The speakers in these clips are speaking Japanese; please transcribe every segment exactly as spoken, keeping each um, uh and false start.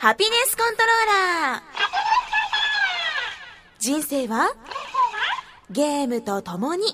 ハピネスコントローラー。人生はゲームとともに。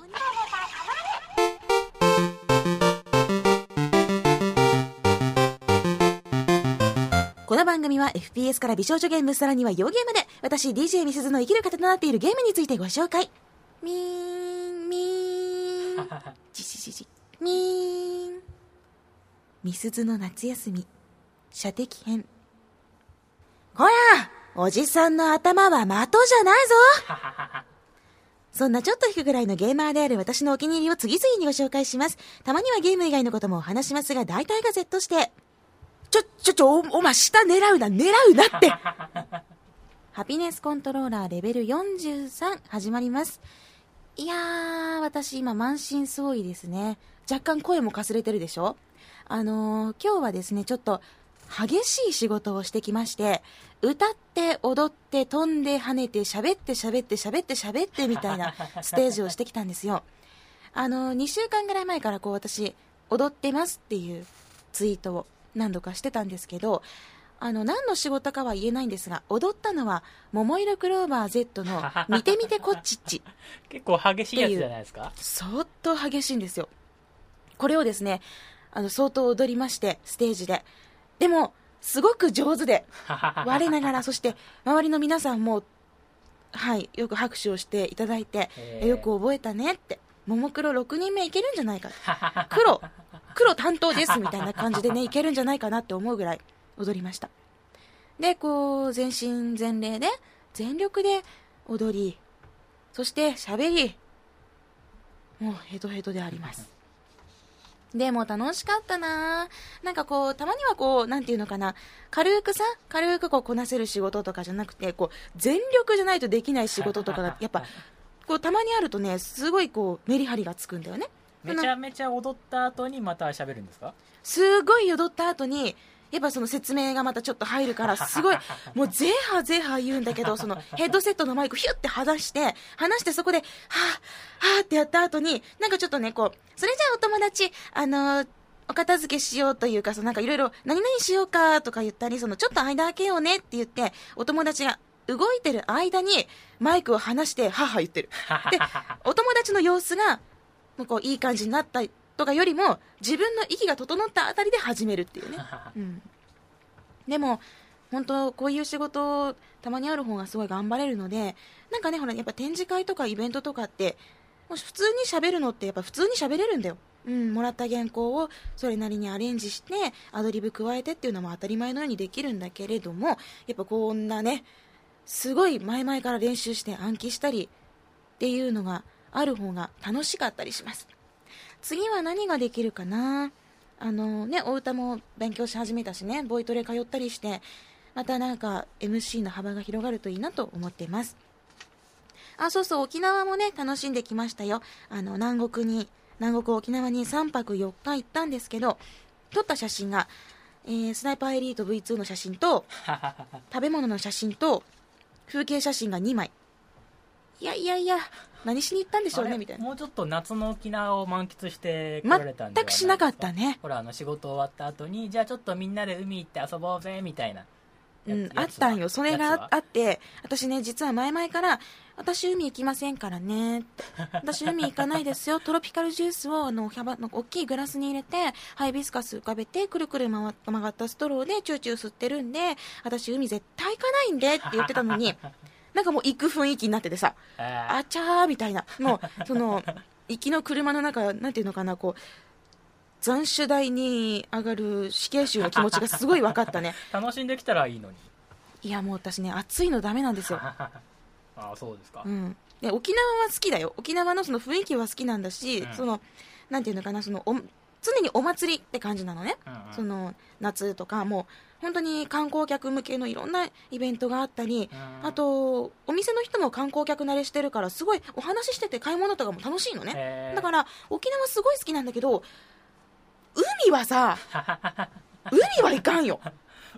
この番組は エフピーエス から美少女ゲーム、さらには洋ゲームで私 ディージェー みすずの生きる糧となっているゲームについてご紹介。みーんみーんじじじじみーん。みすずの夏休み射的編。こらおじさんの頭は的じゃないぞそんなちょっと引くぐらいのゲーマーである私のお気に入りを次々にご紹介します。たまにはゲーム以外のこともお話しますが、大体が Z してちょちょちょ お, お前下狙うな狙うなってハピネスコントローラーレベルよんじゅうさん始まります。いやー、私今満身創痍ですね。若干声もかすれてるでしょ。あのー、今日はですねちょっと激しい仕事をしてきまして、歌って踊って飛んで跳ねて喋って喋って喋って喋ってみたいなステージをしてきたんですよ。あのー、にしゅうかんぐらい前からこう私踊ってますっていうツイートを何度かしてたんですけど、あの何の仕事かは言えないんですが、踊ったのは桃色クローバー Z の見てみてこっちっち結構激しいやつじゃないですか。 相当激しいんですよ。これをですねあの相当踊りまして、ステージで。でもすごく上手で我ながら、そして周りの皆さんもはいよく拍手をしていただいて、よく覚えたねって、ももクロろくにんめいけるんじゃないか、黒黒担当ですみたいな感じでねいけるんじゃないかなって思うぐらい踊りました。でこう全身全霊で全力で踊り、そして喋り、もうヘトヘトであります。でも楽しかったな。なんかこうたまにはこうなんていうのかな、軽くさ軽くこうこなせる仕事とかじゃなくて、こう全力じゃないとできない仕事とかがやっぱこうたまにあるとね、すごいこうメリハリがつくんだよね。 めちゃめちゃ踊った後にまた喋るんですか？ すごい踊った後にやっぱその説明がまたちょっと入るから、すごいもうゼーハーゼーハー言うんだけど、そのヘッドセットのマイクヒュッて離して離してそこではぁはぁってやった後に、なんかちょっとねこう、それじゃあお友達あのー、お片付けしようというか、そのなんかいろいろ何々しようかとか言ったり、そのちょっと間開けようねって言ってお友達が動いてる間にマイクを離してはぁはぁ言ってる。でお友達の様子がもうこういい感じになったとかよりも、自分の息が整ったあたりで始めるっていうね、うん、でも本当こういう仕事たまにある方がすごい頑張れるので、なんかねほらやっぱ展示会とかイベントとかってもし普通に喋るのってやっぱ普通に喋れるんだよ、うん、もらった原稿をそれなりにアレンジしてアドリブ加えてっていうのも当たり前のようにできるんだけれども、やっぱこんなねすごい前々から練習して暗記したりっていうのがある方が楽しかったりします。次は何ができるかな。あのねお歌も勉強し始めたしね、ボイトレ通ったりして、またなんか エムシー の幅が広がるといいなと思っています。あ、そうそう、沖縄もね楽しんできましたよ。あの南国に南国沖縄にさんぱくよっか行ったんですけど、撮った写真が、えー、スナイパーエリート ブイツー の写真と食べ物の写真と風景写真がにまい。いやいやいや何しに行ったんでしょうねみたいな。 もうちょっと夏の沖縄を満喫してこられたんではないですか？ 全くしなかったね。 ほらあの仕事終わった後にじゃあちょっとみんなで海行って遊ぼうぜみたいな、 うん、あったんよ。それがあって、私ね実は前々から私海行きませんからねって、私海行かないですよトロピカルジュースをあの大きいグラスに入れてハイビスカス浮かべてくるくる回った曲がったストローでチューチュー吸ってるんで、私海絶対行かないんでって言ってたのになんかもう行く雰囲気になっててさ、あちゃーみたいな、もうその行きの車の中なんていうのかな、こう残暑台に上がる死刑囚の気持ちがすごい分かったね楽しんできたらいいのに。 いやもう私ね暑いのダメなんですよああそうですか、 うん、で沖縄は好きだよ。沖縄のその雰囲気は好きなんだし、うん、そのなんていうのかな、そのお常にお祭りって感じなのね、うんうん、その夏とかもう本当に観光客向けのいろんなイベントがあったり、うん、あとお店の人も観光客慣れしてるからすごいお話ししてて買い物とかも楽しいのね。だから沖縄すごい好きなんだけど、海はさ海はいかんよ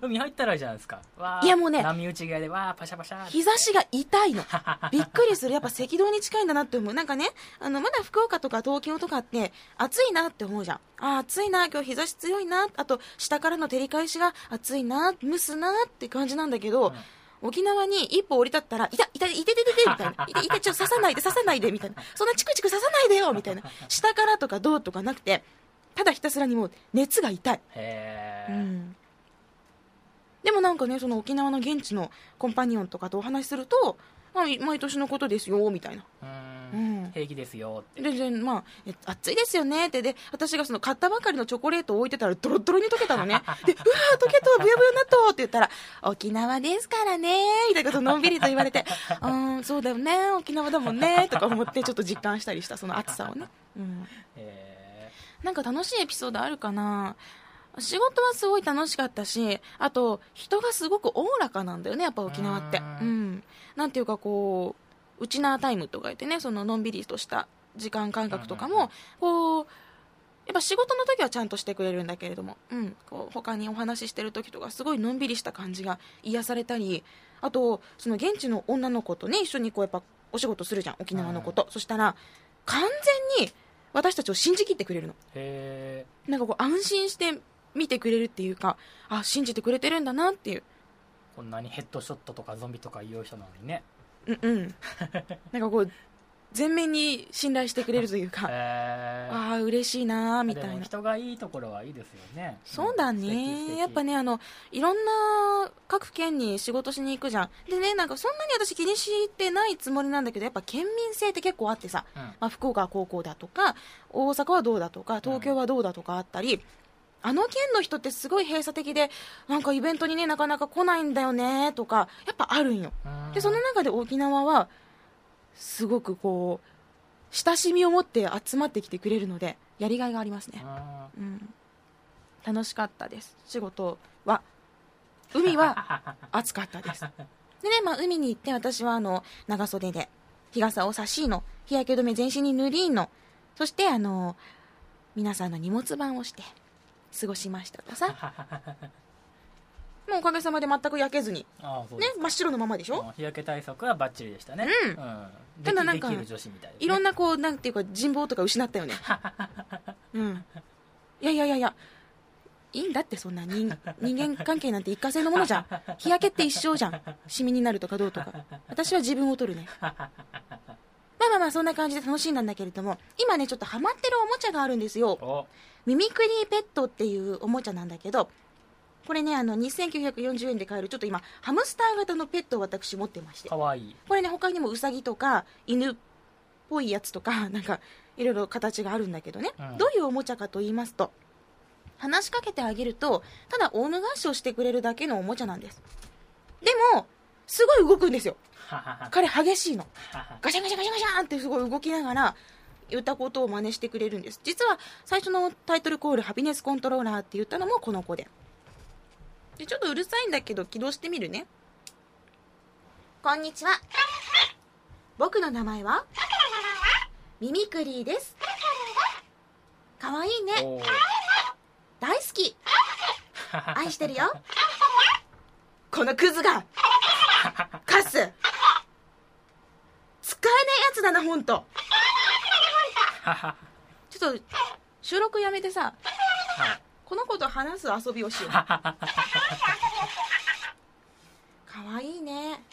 海入ったらいいじゃないですか。わーいやもうね波打ち際でわーパシャパシャって日差しが痛いの。びっくりする。やっぱ赤道に近いんだなって思う。なんかね、あの、まだ福岡とか東京とかって暑いなって思うじゃん。あー、暑いな、今日日差し強いな、あと下からの照り返しが暑いな、蒸すなって感じなんだけど、うん沖縄に一歩降り立ったら、いた、いた、いてててて、みたいな。いて、いて、ちょっと刺さないで、刺さないで、みたいな。そんなチクチク刺さないでよ、みたいな。下からとかどうとかなくて、ただひたすらにもう熱が痛い。 へー。 うん。でもなんかね、その沖縄の現地のコンパニオンとかとお話しすると、まあ、毎年のことですよ、みたいな。 うーんうん、 平気ですよって。 全然、まあ、え暑いですよねって。で、私がその買ったばかりのチョコレートを置いてたらドロドロに溶けたのね。で、うわー溶けた、ブヤブヤ納豆って言ったら、沖縄ですからねみたいなことのんびりと言われて、うーん、そうだよね、沖縄だもんねとか思ってちょっと実感したりした、その暑さをね。うん。 へなんか楽しいエピソードあるかな。仕事はすごい楽しかったし、あと人がすごくおおらかなんだよね、やっぱ沖縄って。うん。なんていうかこう、ウチナータイムとか言ってね、そののんびりとした時間感覚とかも、こう、やっぱ仕事の時はちゃんとしてくれるんだけれども、うん、こう他にお話ししてる時とかすごいのんびりした感じが癒されたり、あとその現地の女の子とね一緒にこうやっぱお仕事するじゃん、沖縄の子と。そしたら完全に私たちを信じきってくれるの。 へー。なんかこう安心して見てくれるっていうか、あ、信じてくれてるんだなっていう。 こんなにヘッドショットとかゾンビとか言う人なのにね。 うんうん。なんかこう全面に信頼してくれるというか、 へー。 ああ嬉しいなみたいな。 でも人がいいところはいいですよね。 そうだね、うん、素敵素敵。やっぱね、あのいろんな各県に仕事しに行くじゃん。でね、なんかそんなに私気にしてないつもりなんだけど、やっぱ県民性って結構あってさ、うんまあ、福岡は高校だとか大阪はどうだとか東京はどうだとかあったり、うんあの県の人ってすごい閉鎖的でなんかイベントにねなかなか来ないんだよねとかやっぱあるんよ。でその中で沖縄はすごくこう親しみを持って集まってきてくれるのでやりがいがありますね。うん、楽しかったです。仕事は海は暑かったですでね、まあ、海に行って私はあの長袖で日傘を差しの日焼け止め全身に塗りの、そしてあの皆さんの荷物番をして過ごしましたとさもうおかげさまで全く焼けずにああそうね、真っ白のままでしょ。 日焼け対策はバッチリでしたね。 うん、うん、ただなんかできる女子みたいですね、 いろんなこうなんていうか人望とか失ったよねうんいやいやいやいやいいんだって、そんな 人, 人間関係なんて一過性のものじゃん。日焼けって一生じゃん。シミになるとかどうとか。私は自分を取るね。まあまあまあそんな感じで楽しいんだけれども、今ねちょっとハマってるおもちゃがあるんですよ。ミミクリーペットっていうおもちゃなんだけど、これねあのにせんきゅうひゃくよんじゅうえんで買えるちょっと今ハムスター型のペットを私持ってまして、 かわいい。 これね他にもウサギとか犬っぽいやつとかなんかいろいろ形があるんだけどね、うん、どういうおもちゃかと言いますと、話しかけてあげるとただオウム返しをしてくれるだけのおもちゃなんです。でもすごい動くんですよ彼激しいのガシャンガシャンガシャンガシャンってすごい動きながら言ったことを真似してくれるんです。実は最初のタイトルコールハピネスコントローラーって言ったのもこの子で、でちょっとうるさいんだけど起動してみるね。こんにちは、僕の名前はミミクリーです。かわいいね、大好き、愛してるよ。このクズがカス使えないやつだなほんとちょっと収録やめてさ、はい、この子と話す遊びをしようかわいいね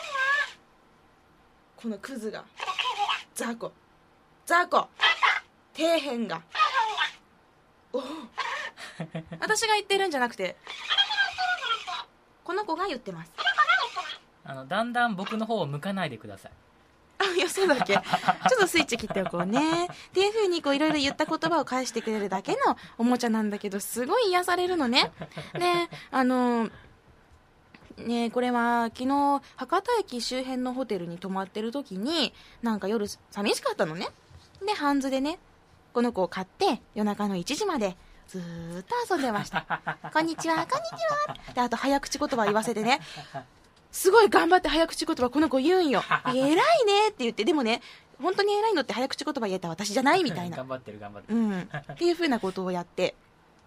このクズが、ザコザコ底辺がお私が言ってるんじゃなくてこの子が言ってます。 あのだんだん僕の方を向かないでください。 あ、いやそうだっけちょっとスイッチ切っておこうねっていう風にこういろいろ言った言葉を返してくれるだけのおもちゃなんだけど、すごい癒されるのね。であのね、これは昨日博多駅周辺のホテルに泊まってる時になんか夜寂しかったのね。でハンズでねこの子を買って夜中のいちじまでずーっと遊んでましたこんにちはこんにちはで、あと早口言葉言わせてね、すごい頑張って早口言葉この子言うんよ偉いねって言って、でもね本当に偉いのって早口言葉言えた私じゃないみたいな頑張ってる頑張ってる、 うん、っていう風なことをやって、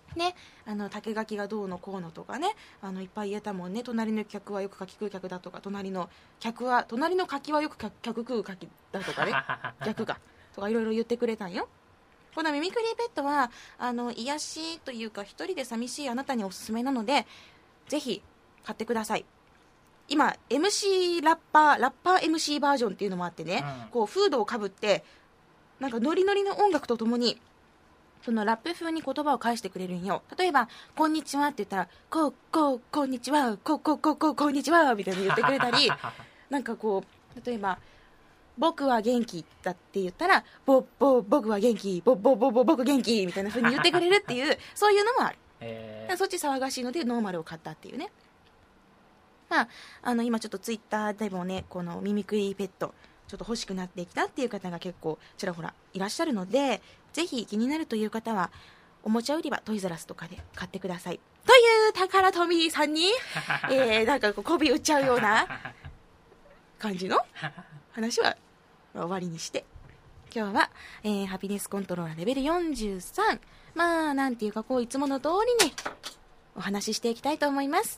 ね、あの竹垣がどうのこうのとかね、あのいっぱい言えたもんね。隣の客はよく柿食う客だとか、隣の客は隣の柿はよく客食う柿だとかね逆がとかいろいろ言ってくれたんよ。このミミクリーペットはあの癒しというか、一人で寂しいあなたにおすすめなので、ぜひ買ってください。今 エムシー ラッパーラッパー エムシー バージョンっていうのもあってね、うん、こうフードをかぶってなんかノリノリの音楽とともにそのラップ風に言葉を返してくれるんよ。例えばこんにちはって言ったら、こうこうこんにちは、こうこうこうこうこんにちはみたいに言ってくれたりなんかこう、例えば僕は元気だって言ったら、ぼぼ僕は元気、ぼぼぼぼ僕元気みたいな風に言ってくれるっていうそういうのもある。えー、そっち騒がしいのでノーマルを買ったっていうね。まあ、あの今ちょっとツイッターでもね、このミミクリーペットちょっと欲しくなってきたっていう方が結構ちらほらいらっしゃるので、ぜひ気になるという方はおもちゃ売り場トイザらスとかで買ってくださいというタカラトミーさんに、えー、なんかこう媚び売っちゃうような感じの話は終わりにして、今日は、えー、ハピネスコントローラーレベルよんじゅうさん、まあなんていうかこういつもの通りにお話ししていきたいと思います。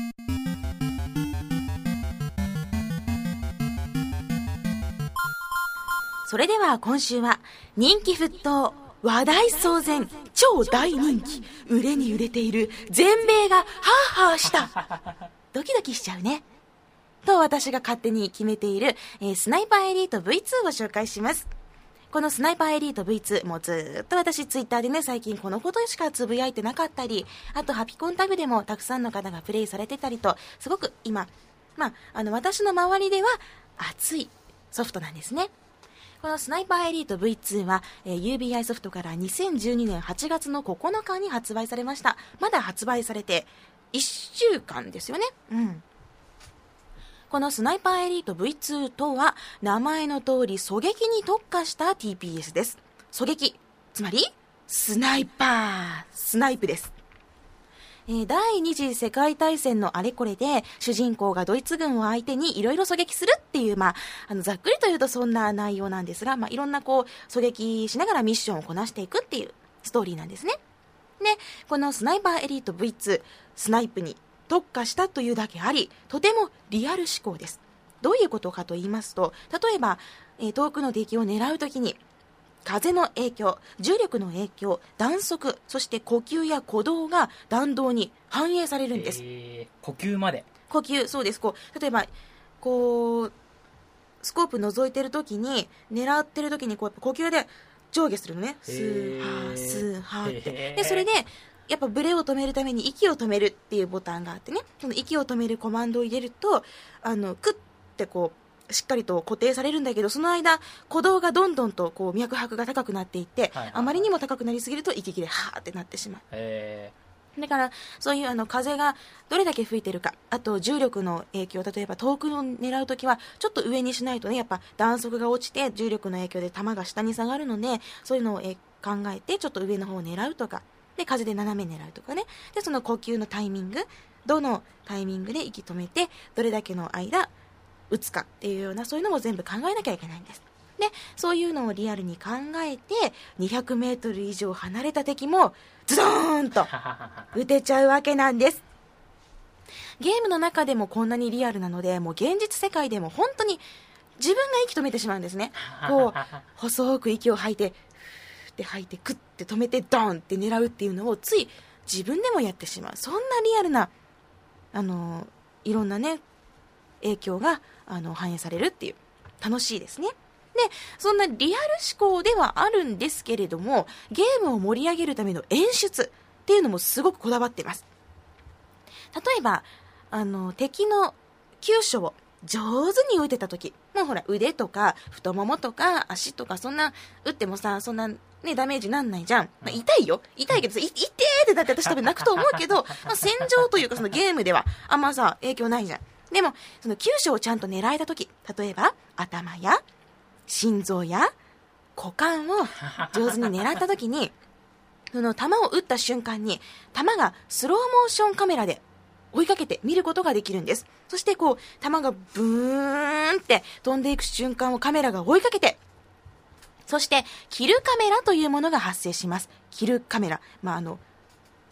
それでは今週は人気沸騰、話題騒然、超大人気、売れに売れている全米がハーハーしたドキドキしちゃうねと私が勝手に決めている、えー、スナイパーエリート ブイツー を紹介します。このスナイパーエリート ブイツー もうずっと私ツイッターでね、最近このことしかつぶやいてなかったり、あとハピコンタグでもたくさんの方がプレイされてたりと、すごく今、まあ、あの私の周りでは熱いソフトなんですね。このスナイパーエリート ブイツー は、えー、ユービーアイ ソフトからにせんじゅうにねんはちがつのここのかに発売されました。まだ発売されていっしゅうかんですよね。うん。このスナイパーエリート ブイツー とは名前の通り狙撃に特化した ティーピーエス です。狙撃、つまりスナイパー、スナイプです。えー、第二次世界大戦のあれこれで主人公がドイツ軍を相手にいろいろ狙撃するっていう、まあ、あのざっくりと言うとそんな内容なんですが、まあ、いろんなこう狙撃しながらミッションをこなしていくっていうストーリーなんですね。で、このスナイパーエリート ブイツー、スナイプに特化したというだけあり、とてもリアル思考です。どういうことかと言いますと、例えば、えー、遠くの敵を狙うときに風の影響、重力の影響、弾速、そして呼吸や鼓動が弾道に反映されるんです。 えー、呼吸まで。 呼吸、そうです。こう例えばこうスコープ覗いてるときに、狙ってるときにこうやっぱ呼吸で上下するのね。スーハースーハーって。でそれでやっぱブレを止めるために息を止めるっていうボタンがあってね、その息を止めるコマンドを入れると、あのクッてこうしっかりと固定されるんだけど、その間鼓動がどんどんとこう脈拍が高くなっていって、はいはいはい、あまりにも高くなりすぎると息切れはーってなってしまう。へー。だからそういうあの風がどれだけ吹いてるか、あと重力の影響、例えば遠くを狙うときはちょっと上にしないとね、やっぱ弾速が落ちて重力の影響で弾が下に下がるので、そういうのをえ考えてちょっと上の方を狙うとかで、風で斜め狙うとかね。でその呼吸のタイミング、どのタイミングで息止めてどれだけの間打つかっていうような、そういうのも全部考えなきゃいけないんです。でそういうのをリアルに考えてにひゃくメートル以上離れた敵もズドーンと撃てちゃうわけなんです。ゲームの中でもこんなにリアルなので、もう現実世界でも本当に自分が息止めてしまうんですね。こう細く息を吐いて、ふーって吐いてクッて止めてドーンって狙うっていうのをつい自分でもやってしまう。そんなリアルなあのいろんなね影響があの反映されるっていう、楽しいですね。でそんなリアル思考ではあるんですけれども、ゲームを盛り上げるための演出っていうのもすごくこだわっています。例えばあの敵の急所を上手に打てた時、もうほら腕とか太ももとか足とかそんな打ってもさ、そんなねダメージなんないじゃん。まあ、痛いよ痛いけどさ、い痛えってだって私多分泣くと思うけど、まあ、戦場というかそのゲームではあんまさ影響ないじゃん。でもその急所をちゃんと狙えたとき、例えば頭や心臓や股間を上手に狙ったときにその弾を撃った瞬間に弾がスローモーションカメラで追いかけて見ることができるんです。そしてこう弾がブーンって飛んでいく瞬間をカメラが追いかけて、そしてキルカメラというものが発生します。キルカメラ、まあ、あの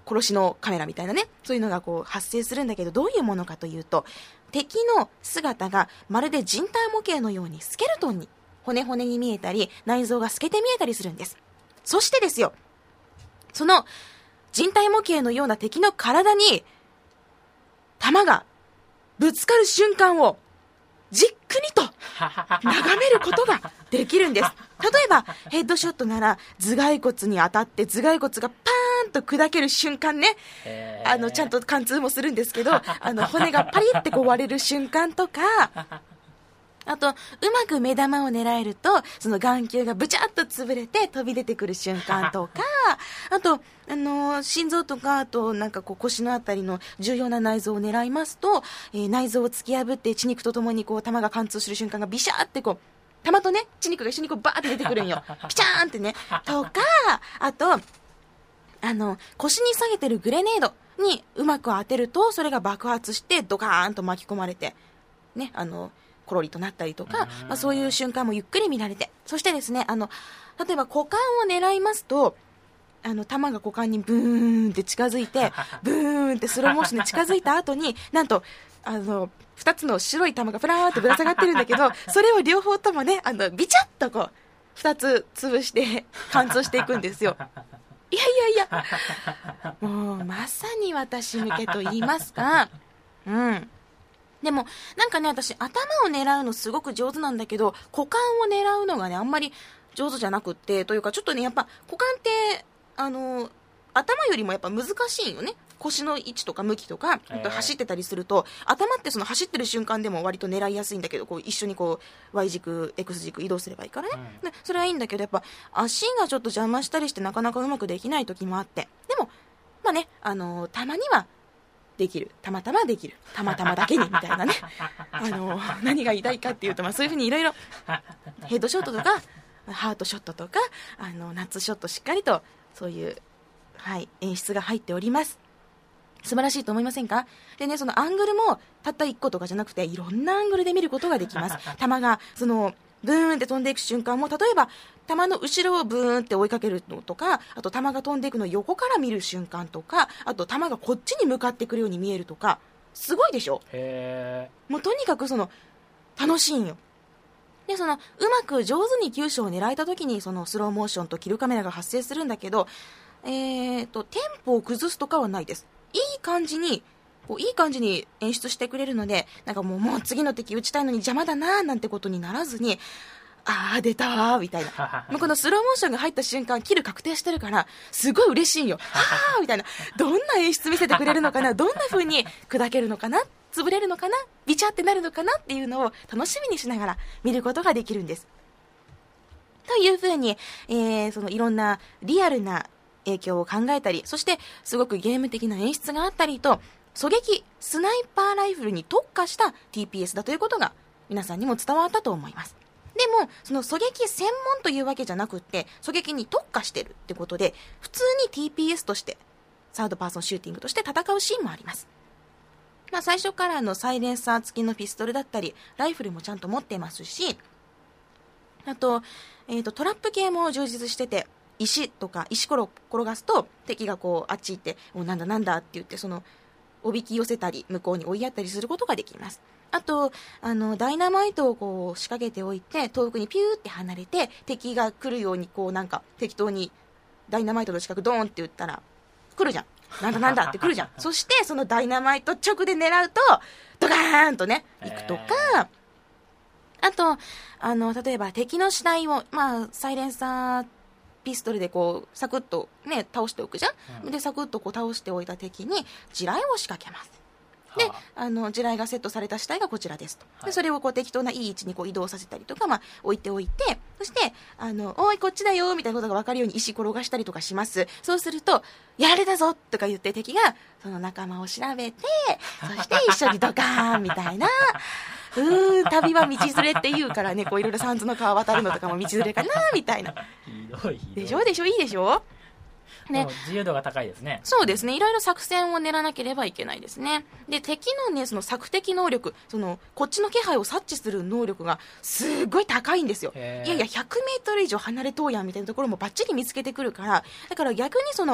殺しのカメラみたいなね、そういうのがこう発生するんだけど、どういうものかというと、敵の姿がまるで人体模型のようにスケルトンに骨骨に見えたり、内臓が透けて見えたりするんです。そしてですよ、その人体模型のような敵の体に弾がぶつかる瞬間をじっくりと眺めることができるんです。例えばヘッドショットなら頭蓋骨に当たって頭蓋骨がパーンと砕ける瞬間ね、あのちゃんと貫通もするんですけど、あの骨がパリってこう割れる瞬間とか、あとうまく目玉を狙えるとその眼球がブチャッと潰れて飛び出てくる瞬間とか、あと、あのー、心臓とか、あとなんかこう腰のあたりの重要な内臓を狙いますと、えー、内臓を突き破って血肉とともにこう弾が貫通する瞬間がビシャーってこう弾とね血肉が一緒にこうバーって出てくるんよピチャーンってねとか、あとあの腰に下げてるグレネードにうまく当てるとそれが爆発してドカーンと巻き込まれてね、あのコロリとなったりとか、まあ、そういう瞬間もゆっくり見られて、そしてですね、あの例えば股間を狙いますと、あの弾が股間にブーンって近づいてブーンってスローモーションで近づいた後になんとあのふたつの白い玉がフラーってぶら下がってるんだけど、それを両方ともね、あのビチャッとこうふたつ潰して貫通していくんですよ。いやいやいや、もうまさに私向けと言いますか、うんでもなんかね、私頭を狙うのすごく上手なんだけど、股間を狙うのがねあんまり上手じゃなくって、というかちょっとね、やっぱ股間ってあの頭よりもやっぱ難しいよね。腰の位置とか向きとか、あと走ってたりすると、頭ってその走ってる瞬間でも割と狙いやすいんだけど、こう一緒にこう Y 軸 X 軸移動すればいいからね、うん、でそれはいいんだけど、やっぱ足がちょっと邪魔したりしてなかなかうまくできない時もあって、でもまあね、あのたまにはできる、たまたまできる、たまたまだけにみたいなねあの何が言いたいかっていうと、まあ、そういうふうにいろいろヘッドショットとかハートショットとかあのナッツショット、しっかりとそういう、はい、演出が入っております。素晴らしいと思いませんか？でね、そのアングルもたったいっことかじゃなくていろんなアングルで見ることができます。弾がそのブーンって飛んでいく瞬間も、例えば弾の後ろをブーンって追いかけるのとか、あと弾が飛んでいくのを横から見る瞬間とか、あと弾がこっちに向かってくるように見えるとか、すごいでしょ？ へー。もうとにかくその楽しいんよ。でそのうまく上手に急所を狙えた時にそのスローモーションとキルカメラが発生するんだけど、えーとテンポを崩すとかはないです。いい感じにこういい感じに演出してくれるので、なんかもうもう次の敵撃ちたいのに邪魔だなーなんてことにならずに、あー出たーみたいなもうこのスローモーションが入った瞬間キル確定してるからすごい嬉しいんよ。あーみたいな、どんな演出見せてくれるのかな、どんな風に砕けるのかな、潰れるのかな、ビチャってなるのかなっていうのを楽しみにしながら見ることができるんです。という風に、えー、そのいろんなリアルな影響を考えたり、そしてすごくゲーム的な演出があったりと、狙撃スナイパーライフルに特化した ティーピーエス だということが皆さんにも伝わったと思います。でもその狙撃専門というわけじゃなくって、狙撃に特化してるってことで、普通に ティーピーエス としてサードパーソンシューティングとして戦うシーンもあります。まあ、最初からのサイレンサー付きのピストルだったりライフルもちゃんと持ってますし、あと、えーと、トラップ系も充実してて、石とか石ころ転がすと敵がこうあっち行っておなんだなんだって言って、そのおびき寄せたり向こうに追いやったりすることができます。あとあのダイナマイトをこう仕掛けておいて遠くにピューって離れて敵が来るようにこうなんか適当にダイナマイトの近くドーンって撃ったら来るじゃん、なんだなんだって来るじゃんそしてそのダイナマイト直で狙うとドカーンとね行くとか、あとあの例えば敵の死体を、まあ、サイレンサーピストルでこうサクッと、ね、倒しておくじゃん、うん、でサクッとこう倒しておいた敵に地雷を仕掛けます。であの地雷がセットされた死体がこちらですと、はい、でそれをこう適当ないい位置にこう移動させたりとか、まあ、置いておいて、そしてあのおいこっちだよみたいなことが分かるように石転がしたりとかします。そうするとやられたぞとか言って敵がその仲間を調べて、そして一緒にドカーンみたいなうー旅は道連れって言うからね、こういろいろ三途の川渡るのとかも道連れかなみたいなひどいひどいでしょでしょいいでしょね、自由度が高いですね。 そうですね、いろいろ作戦を練らなければいけないですね。で敵のねその索敵能力、そのこっちの気配を察知する能力がすごい高いんですよ。いやいやひゃくメートル以上離れとうやんみたいなところもバッチリ見つけてくるから、だから逆にその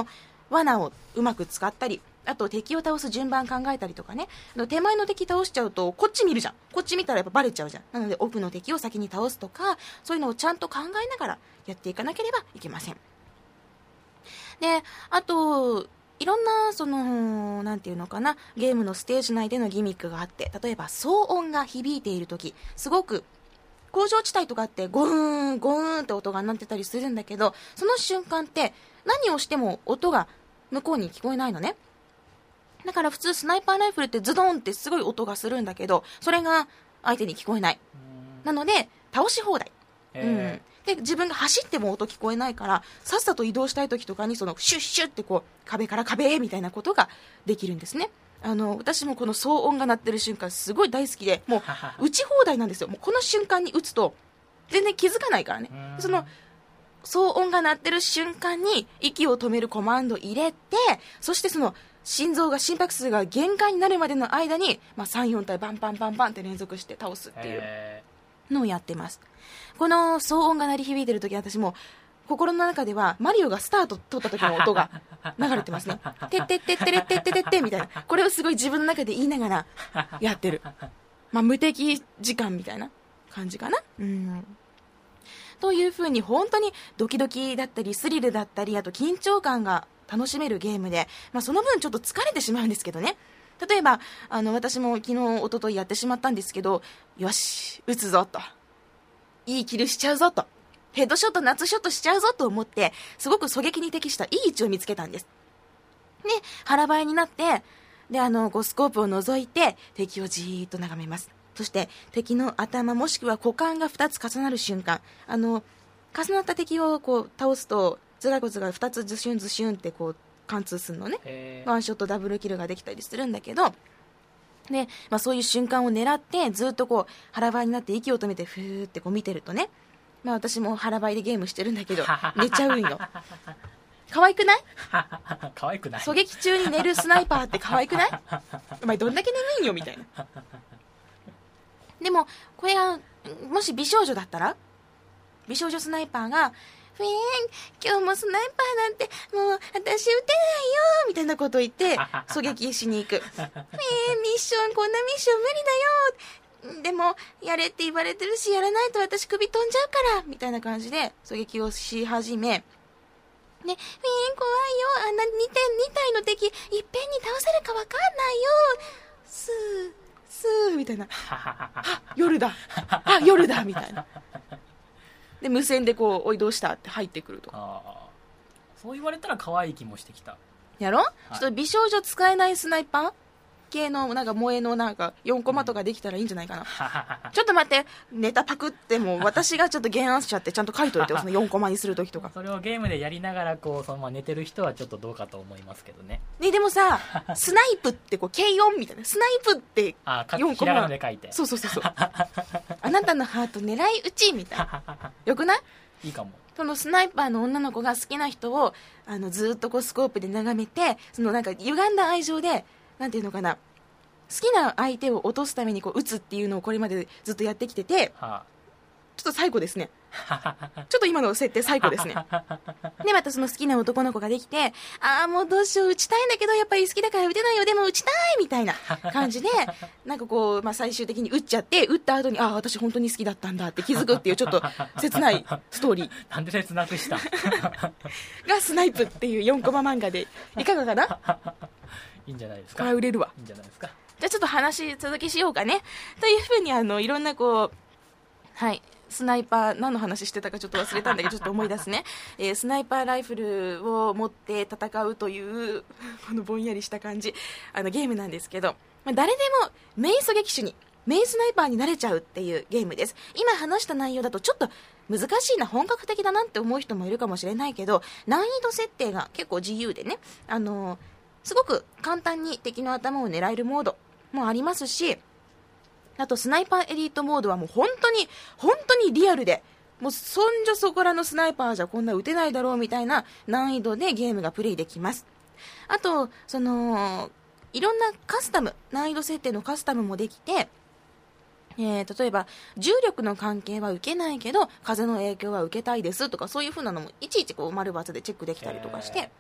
罠をうまく使ったり、あと敵を倒す順番考えたりとかね、手前の敵倒しちゃうとこっち見るじゃん、こっち見たらやっぱバレちゃうじゃん。なので奥の敵を先に倒すとか、そういうのをちゃんと考えながらやっていかなければいけません。で、あといろんなそのなんていうのかな、ゲームのステージ内でのギミックがあって、例えば騒音が響いている時、すごく工場地帯とかってゴーンゴーンって音が鳴ってたりするんだけど、その瞬間って何をしても音が向こうに聞こえないのね。だから普通スナイパーライフルってズドンってすごい音がするんだけど、それが相手に聞こえない。なので倒し放題、うん、で自分が走っても音聞こえないから、さっさと移動したい時とかにそのシュッシュッってこう壁から壁へみたいなことができるんですね。あの私もこの騒音が鳴ってる瞬間すごい大好きで、もう打ち放題なんですよ。もうこの瞬間に打つと全然気づかないからね。その騒音が鳴ってる瞬間に息を止めるコマンド入れて、そしてその心臓が心拍数が限界になるまでの間に、まあ、さん、よん体バンバンバンバンって連続して倒すっていうのをやってます。この騒音が鳴り響いてる時、私も心の中ではマリオがスタート取った時の音が流れてますね。てってってってれってってってってみたいな、これをすごい自分の中で言いながらやってる、まあ、無敵時間みたいな感じかな。うんという風に本当にドキドキだったりスリルだったり、あと緊張感が楽しめるゲームで、まあ、その分ちょっと疲れてしまうんですけどね。例えばあの私も昨日一昨日やってしまったんですけど、よし撃つぞと、いいキルしちゃうぞと、ヘッドショットナッツショットしちゃうぞと思って、すごく狙撃に適したいい位置を見つけたんです。で腹ばいになって、であのこうスコープを覗いて敵をじーっと眺めます。そして敵の頭もしくは股間がふたつ重なる瞬間、あの重なった敵をこう倒すと頭蓋骨がふたつズシュンズシュンってこう貫通するのね。ワンショットダブルキルができたりするんだけど、で、まあ、そういう瞬間を狙ってずっとこう腹ばいになって息を止めてふーってこう見てるとね、まあ、私も腹ばいでゲームしてるんだけど寝ちゃうんよ。可愛くない？ 可愛くない？ 狙撃中に寝るスナイパーって可愛くない？お前どんだけ眠いんよみたいな。でもこれがもし美少女だったら、美少女スナイパーがフィーン今日もスナイパーなんてもう私撃てないよみたいなことを言って狙撃しに行く。フィーンミッションこんなミッション無理だよ、でもやれって言われてるしやらないと私首飛んじゃうからみたいな感じで狙撃をし始め、ね、フィーン怖いよ、あんなに体の敵いっぺんに倒せるか分かんないよ、スースーみたいな、あ夜だあ夜だみたいなで無線でこうおいどうしたって入ってくるとか。 あ、そう言われたら可愛い気もしてきた。 やろ、はい、ちょっと美少女使えないスナイパー系のなんか萌えのなんかよんコマとかできたらいいんじゃないかな、うん、ちょっと待って、ネタパクっても私がちょっと原案しちゃってちゃんと書いといてよ、そのよんコマにするときとか。 それをゲームでやりながらこうそのまま寝てる人はちょっとどうかと思いますけどね。 ね、でもさスナイプってこう軽音みたいな、スナイプってよんコマ、 ひらがなで書いて、 そうそうそうそうあなたのハート狙い撃ちみたいなよくない？ いいかも。 そのスナイパーの女の子が好きな人をあのずっとこうスコープで眺めて、そのなんか歪んだ愛情でなんていうのかな、好きな相手を落とすためにこう撃つっていうのをこれまでずっとやってきてて、はあ、ちょっと最高ですねちょっと今の設定最高ですねでまたその好きな男の子ができて、ああもうどうしよう撃ちたいんだけどやっぱり好きだから撃てないよ、でも撃ちたいみたいな感じでなんかこう、まあ、最終的に撃っちゃって、撃った後にああ私本当に好きだったんだって気づくっていうちょっと切ないストーリーなんで切なくしたがスナイプっていうよんコマ漫画でいかがかないいんじゃないですか。 これは売れるわ。 いいんじゃないですか。 じゃあちょっと話続きしようかね。というふうにあのいろんなこうはいスナイパー何の話してたかちょっと忘れたんだけどちょっと思い出すね、えー、スナイパーライフルを持って戦うというこのぼんやりした感じあのゲームなんですけど、まあ、誰でも名狙撃手に名スナイパーになれちゃうっていうゲームです。今話した内容だとちょっと難しいな、本格的だなって思う人もいるかもしれないけど、難易度設定が結構自由でね、あのー、すごく簡単に敵の頭を狙えるモードもありますし、あとスナイパーエリートモードはもう本当に本当にリアルで、もうそんじょそこらのスナイパーじゃこんな撃てないだろうみたいな難易度でゲームがプレイできます。あとそのいろんなカスタム、難易度設定のカスタムもできて、えー、例えば重力の関係は受けないけど風の影響は受けたいですとか、そういう風なのもいちいちこう丸×でチェックできたりとかして、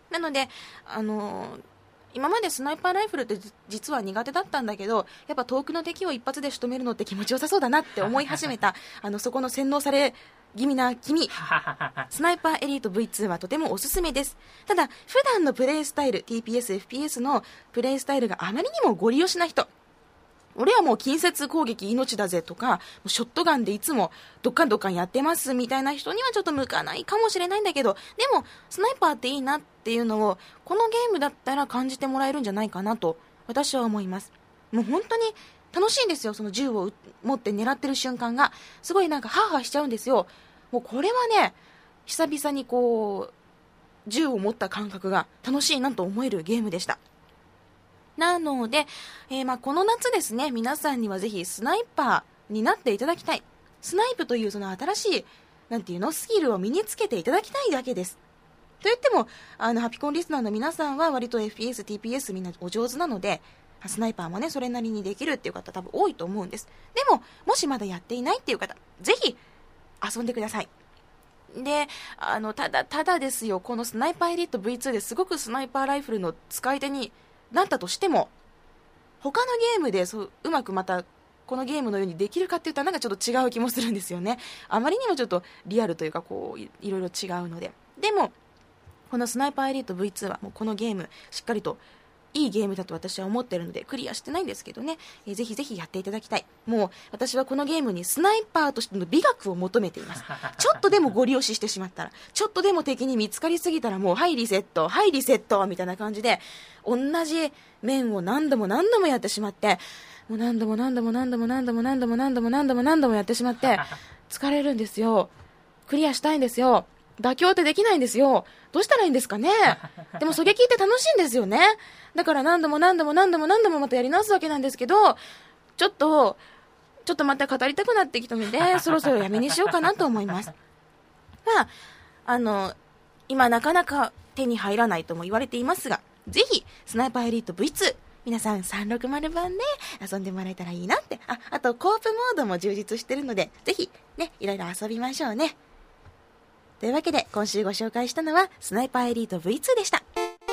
なので、あのー今までスナイパーライフルって実は苦手だったんだけど、やっぱ遠くの敵を一発で仕留めるのって気持ちよさそうだなって思い始めたあのそこの洗脳され気味な君スナイパーエリート ブイツー はとてもおすすめです。ただ普段のプレイスタイル ティーピーエス、エフピーエス のプレイスタイルがあまりにもゴリ押しな人、俺はもう近接攻撃命だぜとかショットガンでいつもドッカンドッカンやってますみたいな人にはちょっと向かないかもしれないんだけど、でもスナイパーっていいなっていうのをこのゲームだったら感じてもらえるんじゃないかなと私は思います。もう本当に楽しいんですよ。その銃を持って狙ってる瞬間がすごいなんかハーハーしちゃうんですよ。もうこれはね、久々にこう銃を持った感覚が楽しいなと思えるゲームでした。なので、えー、まあこの夏ですね、皆さんにはぜひスナイパーになっていただきたい。スナイプというその新しいなんていうのスキルを身につけていただきたいだけです。と言ってもあのハピコンリスナーの皆さんは割と エフピーエス、ティーピーエス みんなお上手なので、スナイパーもねそれなりにできるっていう方多分多いと思うんです。でももしまだやっていないっていう方、ぜひ遊んでください。で、あのただただですよ、このスナイパーエリート ブイツー ですごくスナイパーライフルの使い手になったとしても、他のゲームでそううまくまたこのゲームのようにできるかっていったらなんかちょっと違う気もするんですよね。あまりにもちょっとリアルというかこう い, いろいろ違うので。でもこのスナイパーエリート ブイツー はもうこのゲームしっかりといいゲームだと私は思っているのでクリアしてないんですけどね、えー、ぜひぜひやっていただきたい。もう私はこのゲームにスナイパーとしての美学を求めています。ちょっとでもゴリ押ししてしまったら、ちょっとでも敵に見つかりすぎたらもうはいリセットはいリセットみたいな感じで同じ面を何度も何度もやってしまって、もう何度も何度も何度も何度も何度も何度も何度も何度もやってしまって疲れるんですよ。クリアしたいんですよ。妥協ってできないんですよ。どうしたらいいんですかね。でも狙撃って楽しいんですよね。だから何度も何度も何度も何度もまたやり直すわけなんですけど、ちょっとちょっとまた語りたくなってきたのでそろそろやめにしようかなと思います。まああの今なかなか手に入らないとも言われていますが、ぜひスナイパーエリート ブイツー 皆さんさんびゃくろくじゅう版で遊んでもらえたらいいなって。あ、あとコープモードも充実してるのでぜひねいろいろ遊びましょうね。というわけで今週ご紹介したのはスナイパーエリート ブイツー でした。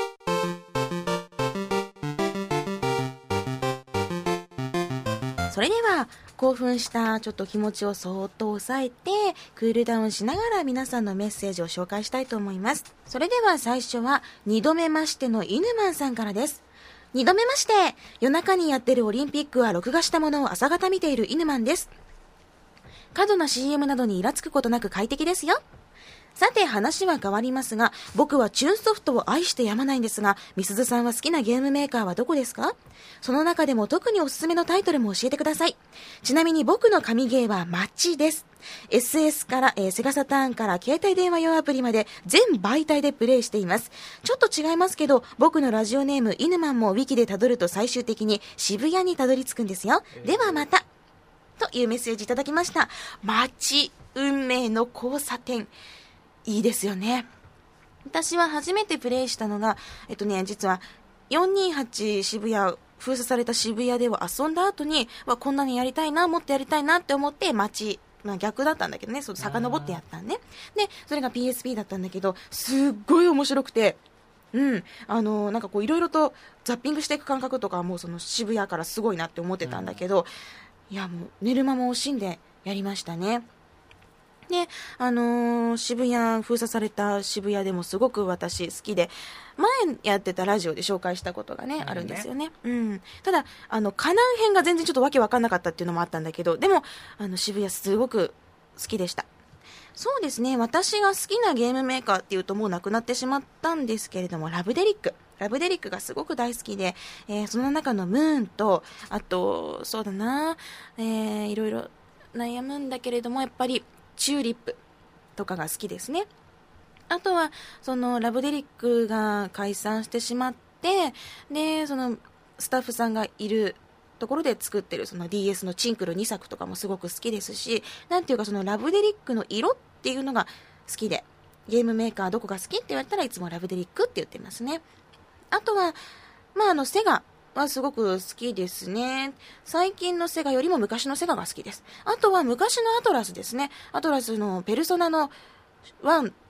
それでは興奮したちょっと気持ちをそーっと抑えてクールダウンしながら皆さんのメッセージを紹介したいと思います。それでは最初はにどめましての犬マンさんからです。にどめまして、夜中にやってるオリンピックは録画したものを朝方見ている犬マンです。過度な シーエム などにイラつくことなく快適ですよ。さて話は変わりますが、僕はチューンソフトを愛してやまないんですが、みすずさんは好きなゲームメーカーはどこですか？その中でも特におすすめのタイトルも教えてください。ちなみに僕の神ゲーはマッチです。エスエス から、えー、セガサターンから携帯電話用アプリまで全媒体でプレイしています。ちょっと違いますけど、僕のラジオネームイヌマンもウィキでたどると最終的に渋谷にたどり着くんですよ。ではまたというメッセージいただきました。マッチ、運命の交差点、いいですよね。私は初めてプレイしたのが、えっとね、実はよんにーはち渋谷、封鎖された渋谷では遊んだ後に、わこんなにやりたいな、もっとやりたいなって思って街、まあ、逆だったんだけどね、そう遡ってやったんね。で、それが ピーエスピー だったんだけど、すっごい面白くて、うん、あのー、なんかこういろいろとザッピングしていく感覚とかもうその渋谷からすごいなって思ってたんだけど、いやもう寝る間も惜しんでやりましたね。で、あのー、渋谷、封鎖された渋谷でもすごく私好きで、前やってたラジオで紹介したことがね、うん、あるんですよね。うん。ただ、あの、カナン編が全然ちょっとわけわかんなかったっていうのもあったんだけど、でも、あの、渋谷すごく好きでした。そうですね、私が好きなゲームメーカーっていうともうなくなってしまったんですけれども、ラブデリック。ラブデリックがすごく大好きで、えー、その中のムーンと、あと、そうだな、えー、いろいろ悩むんだけれども、やっぱり、チューリップとかが好きですね。あとはそのラブデリックが解散してしまって、でそのスタッフさんがいるところで作ってるその ディーエス のチンクルにさくとかもすごく好きですし、なんていうかそのラブデリックの色っていうのが好きで、ゲームメーカーどこが好きって言われたらいつもラブデリックって言ってますね。あとはまああのセガはすごく好きですね。最近のセガよりも昔のセガが好きです。あとは昔のアトラスですね。アトラスのペルソナのワン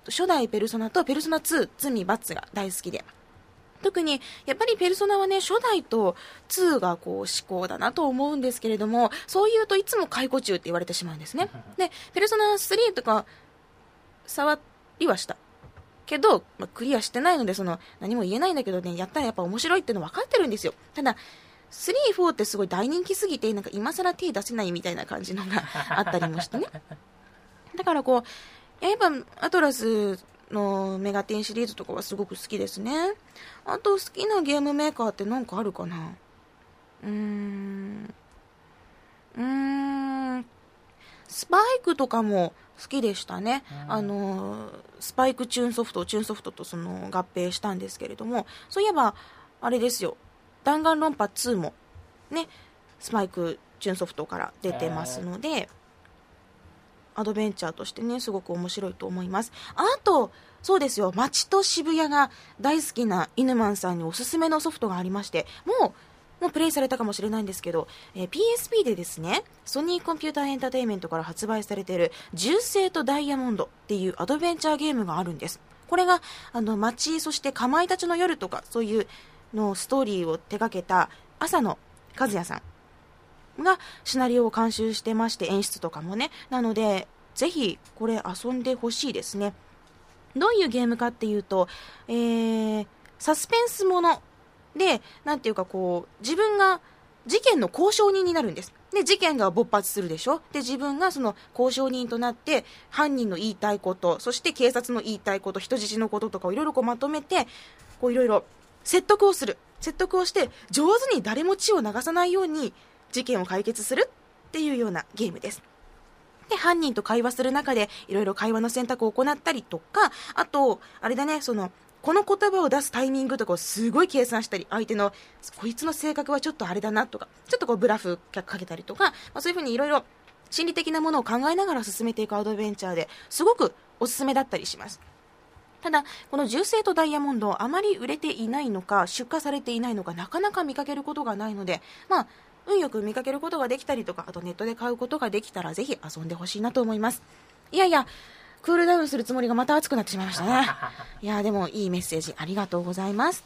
初代ペルソナとペルソナツー、罪罰が大好きで、特にやっぱりペルソナはね、初代とツーがこう思考だなと思うんですけれども、そう言うといつも解雇中って言われてしまうんですね。でペルソナスリーとか触りはしたけど、まあ、クリアしてないのでその何も言えないんだけどね、やったらやっぱ面白いっていうの分かってるんですよ。ただスリー、フォーってすごい大人気すぎて、なんか今更手出せないみたいな感じのがあったりもしてね。だからこうやっぱアトラスのメガテンシリーズとかはすごく好きですね。あと好きなゲームメーカーって何かあるかな。うーんうーんスパイクとかも好きでしたね。あのスパイクチューンソフトチューンソフトとその合併したんですけれども、そういえばあれですよ、弾丸論破ツーもねスパイクチューンソフトから出てますので、アドベンチャーとしてねすごく面白いと思います。あとそうですよ、街と渋谷が大好きなイヌマンさんにおすすめのソフトがありまして、もうもうプレイされたかもしれないんですけど、えー、ピーエスピー でですね、ソニーコンピューターエンターテインメントから発売されている銃声とダイヤモンドっていうアドベンチャーゲームがあるんです。これがあの街、そしてかまいたちの夜とかそういうのストーリーを手掛けた浅野和也さんがシナリオを監修してまして、演出とかもね、なのでぜひこれ遊んでほしいですね。どういうゲームかっていうと、えー、サスペンスもので、なんていうかこう自分が事件の交渉人になるんです。で事件が勃発するでしょ。で自分がその交渉人となって犯人の言いたいこと、そして警察の言いたいこと、人質のこととかをいろいろこうまとめて、こういろいろ説得をする説得をして上手に誰も血を流さないように事件を解決するっていうようなゲームです。で犯人と会話する中でいろいろ会話の選択を行ったりとか、あとあれだね、そのこの言葉を出すタイミングとかをすごい計算したり、相手のこいつの性格はちょっとあれだなとか、ちょっとこうブラフかけたりとか、まあ、そういうふうにいろいろ心理的なものを考えながら進めていくアドベンチャーですごくおすすめだったりします。ただこの銃声とダイヤモンドあまり売れていないのか出荷されていないのかなかなか見かけることがないので、まあ運よく見かけることができたりとか、あとネットで買うことができたらぜひ遊んでほしいなと思います。いやいやクールダウンするつもりがまた熱くなってしまいましたね。いやでもいいメッセージありがとうございます。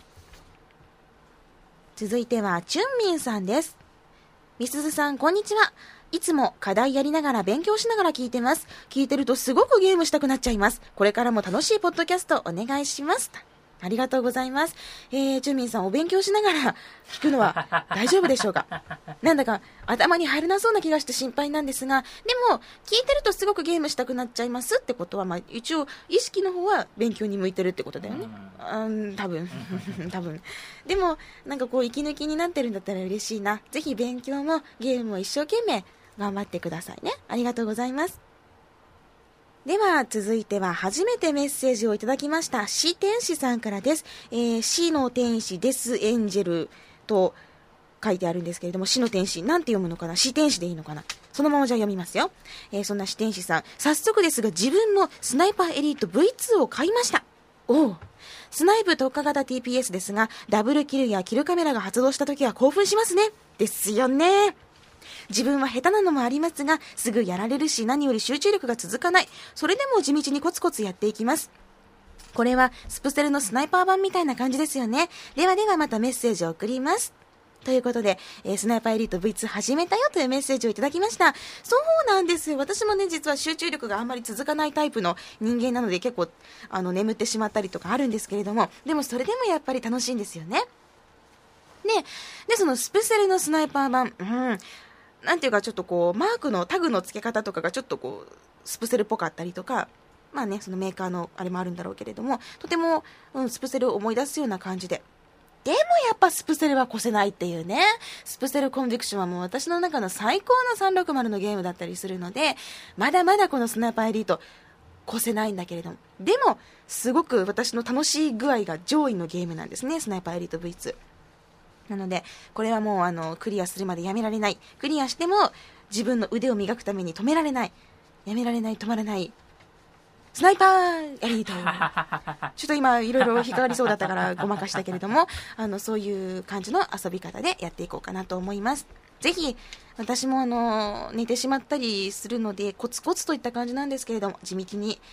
続いてはチュンミンさんです。みすずさんこんにちは。いつも課題やりながら勉強しながら聞いてます。聞いてるとすごくゲームしたくなっちゃいます。これからも楽しいポッドキャストお願いします。ありがとうございます。えー、チュンミンさんお勉強しながら聞くのは大丈夫でしょうか。なんだか頭に入らなそうな気がして心配なんですが、でも聞いてるとすごくゲームしたくなっちゃいますってことは、まあ、一応意識の方は勉強に向いてるってことだよね。うん、多分多分でもなんかこう息抜きになってるんだったら嬉しいな。ぜひ勉強もゲームも一生懸命頑張ってくださいね。ありがとうございます。では続いては初めてメッセージをいただきましたシ天使さんからです。えー、死の天使デスエンジェルと書いてあるんですけれども、死の天使なんて読むのかな、死天使でいいのかな、そのままじゃ読みますよ。えー、そんな死天使さん、早速ですが自分もスナイパーエリート ブイツー を買いました。おお、スナイプ特化型 ティーピーエス ですがダブルキルやキルカメラが発動した時は興奮しますね。ですよね。自分は下手なのもありますがすぐやられるし、何より集中力が続かない。それでも地道にコツコツやっていきます。これはスプセルのスナイパー版みたいな感じですよね。ではではまたメッセージを送りますということで、えー、スナイパーエリート ブイツー 始めたよというメッセージをいただきました。そうなんですよ。私もね実は集中力があんまり続かないタイプの人間なので結構あの眠ってしまったりとかあるんですけれども、でもそれでもやっぱり楽しいんですよね。で、でそのスプセルのスナイパー版、うんなんていうかちょっとこうマークのタグの付け方とかがちょっとこうスプセルっぽかったりとか、まあねそのメーカーのあれもあるんだろうけれども、とても、うん、スプセルを思い出すような感じで、でもやっぱスプセルは越せないっていうね。スプセルコンビクションはもう私の中の最高のさんびゃくのゲームだったりするので、まだまだこのスナイパーエリート越せないんだけれども、でもすごく私の楽しい具合が上位のゲームなんですね、スナイパーエリート ブイツー。なのでこれはもうあのクリアするまでやめられない、クリアしても自分の腕を磨くために止められない、やめられない、止まらないスナイパーエリートちょっと今いろいろ引っかかりそうだったからごまかしたけれども、あのそういう感じの遊び方でやっていこうかなと思います。ぜひ私もあの寝てしまったりするのでコツコツといった感じなんですけれども、地道に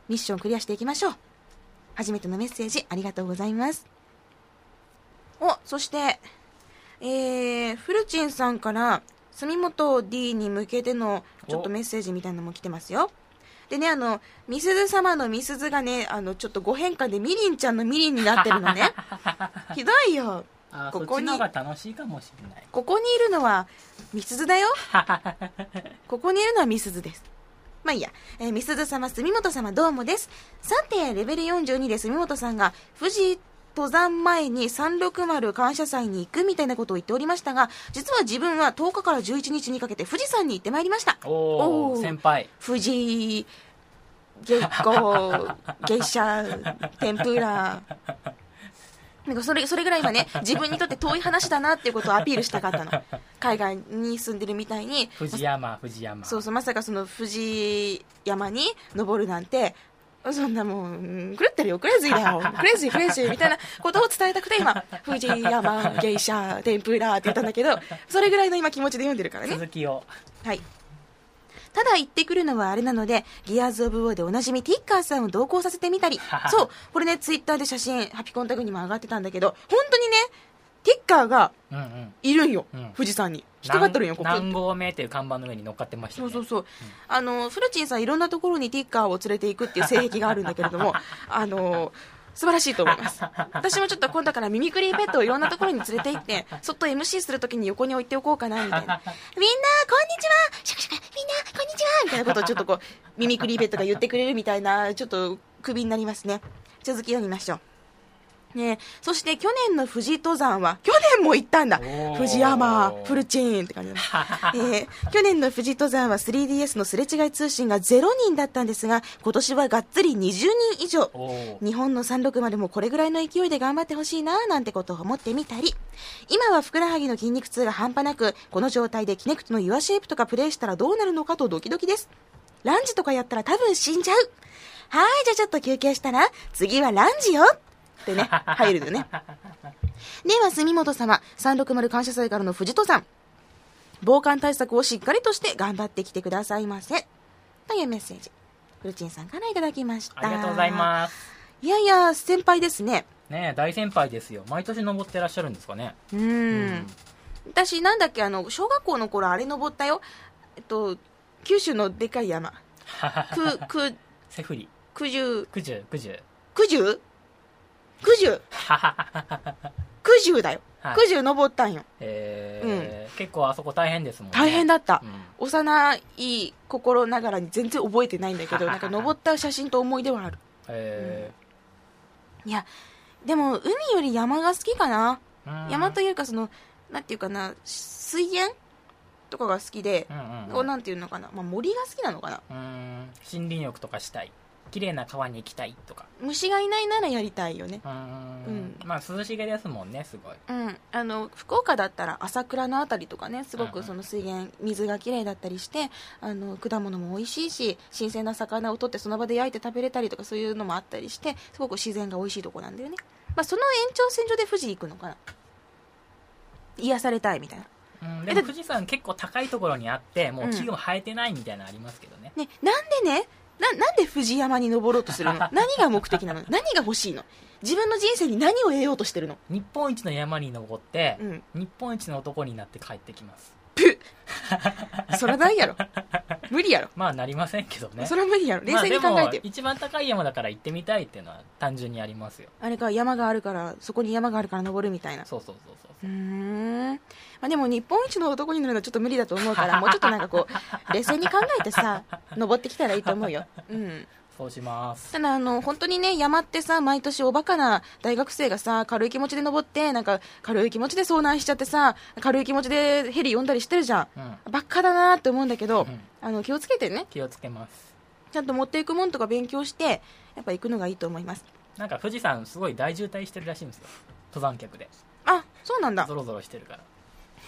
ミッションクリアしていきましょう。初めてのメッセージありがとうございます。お、そしてえー、フルチンさんから住本 D に向けてのちょっとメッセージみたいなのも来てますよ。でね、あのみすず様のみすずがね、あのちょっとご変化でみりんちゃんのみりんになってるのねひどいよ。 あ、 ここにそっちの方が楽しいかもしれない。 ここにいるのはみすずだよここにいるのはみすずです。まあいいや、えー、みすず様、住本様どうもです。さてレベルよんじゅうにで住本さんが富士登山前にさんろくまる感謝祭に行くみたいなことを言っておりましたが、実は自分はとおかからじゅういちにちにかけて富士山に行ってまいりました。 おー、先輩。 富士月光芸者天ぷらなんかそれそれぐらい今ね、自分にとって遠い話だなっていうことをアピールしたかったの。海外に住んでるみたいに富士山富士山、 そうそう、まさかその富士山に登るなんて、そんなもう狂ってるよ、クレイジーだよ、クレイジークレイジーみたいなことを伝えたくて今富士山芸者天ぷらって言ったんだけど、それぐらいの今気持ちで読んでるからね。 続きを。 はい。ただ言ってくるのはあれなので、ギアーズ・オブ・ウォーでおなじみティッカーさんを同行させてみたりそう、これねツイッターで写真ハピコンタグにも上がってたんだけど、本当にねティッカーがいるんよ、うんうん、富士山に引っかかってるんよ。ここ何合目っていう看板の上に乗っかってましたね。 そうそうそう、うん、あのフルチンさんいろんなところにティッカーを連れていくっていう性癖があるんだけれどもあの素晴らしいと思います。私もちょっと今度からミミクリーペットをいろんなところに連れて行ってそっと エムシー するときに横に置いておこうかなみたいなみんなこんにちはシャカシャカみんなこんにちはみたいなことをちょっとこうミミクリーペットが言ってくれるみたいな、ちょっとクビになりますね。続き読みましょうね。そして去年の富士登山は去年も行ったんだ。富士山フルチーンって感じだ、えー、去年の富士登山は スリーディーエス のすれ違い通信がゼロにんだったんですが、今年はがっつりにじゅうにん以上。日本のさんろくまるもこれぐらいの勢いで頑張ってほしいななんてことを思ってみたり、今はふくらはぎの筋肉痛が半端なく、この状態でキネクトのユアシェイプとかプレイしたらどうなるのかとドキドキです。ランジとかやったら多分死んじゃう。はい、じゃあちょっと休憩したら次はランジよってね、入るよね。では住本様、さんろくまる感謝祭からの富士登山、防寒対策をしっかりとして頑張ってきてくださいませというメッセージ、フルチンさんからいただきました。 ありがとうございます。 いやいや先輩ですね。 ねえ、大先輩ですよ。毎年登ってらっしゃるんですかね。 うーん、うん、私なんだっけ、あの小学校の頃あれ登ったよ、えっと九州のでかい山くくセフリ九十九十九十九十九十九十だよ、はい、九十登ったんよ。 えーうん、結構あそこ大変ですもんね。 大変だった、うん、幼い心ながらに全然覚えてないんだけどなんか登った写真と思い出はある。 えーうん、いやでも海より山が好きかな。山というかそのなんていうかな、水源とかが好きで、うんうんうん、なんていうのかな、まあ、森が好きなのかな。 うーん、森林浴とかしたい、綺麗な川に行きたいとか。 虫がいないならやりたいよね。 うーん、うん、まあ涼しげですもんね、すごい。 うん、あの福岡だったら朝倉のあたりとかね、すごくその水源、水が綺麗だったりして、あの果物も美味しいし、新鮮な魚を取ってその場で焼いて食べれたりとか、そういうのもあったりして、すごく自然が美味しいとこなんだよね。まあ、その延長線上で富士行くのかな、癒されたいみたいな。 うん、でも富士山結構高いところにあってもう木も生えてないみたいなのありますけどね。 ね、なんでね、な, なんで富士山に登ろうとするの何が目的なの、何が欲しいの、自分の人生に何を得ようとしてるの。 日本一の山に登って、うん、日本一の男になって帰ってきます。 プッそらないやろ、無理やろ。 まあなりませんけどね。 それは無理やろ、冷静に考えてよ、 まあ、でも一番高い山だから行ってみたいっていうのは単純にありますよ。 あれか、山があるからそこに山があるから登るみたいな。 そうそうそうそう。 うーん、まあ、でも日本一の男になるのはちょっと無理だと思うからもうちょっとなんかこう冷静に考えてさ登ってきたらいいと思うよ。うん、 そうします。 ただあの本当にね、山ってさ、毎年おバカな大学生がさ軽い気持ちで登って、なんか軽い気持ちで遭難しちゃってさ、軽い気持ちでヘリ呼んだりしてるじゃん、うん、バカだなって思うんだけど、うん、あの気をつけてね。 気をつけます。 ちゃんと持っていくもんとか勉強してやっぱ行くのがいいと思います。 なんか富士山すごい大渋滞してるらしいんですよ、登山客で。 あ、そうなんだ。 ゾロゾロしてるから。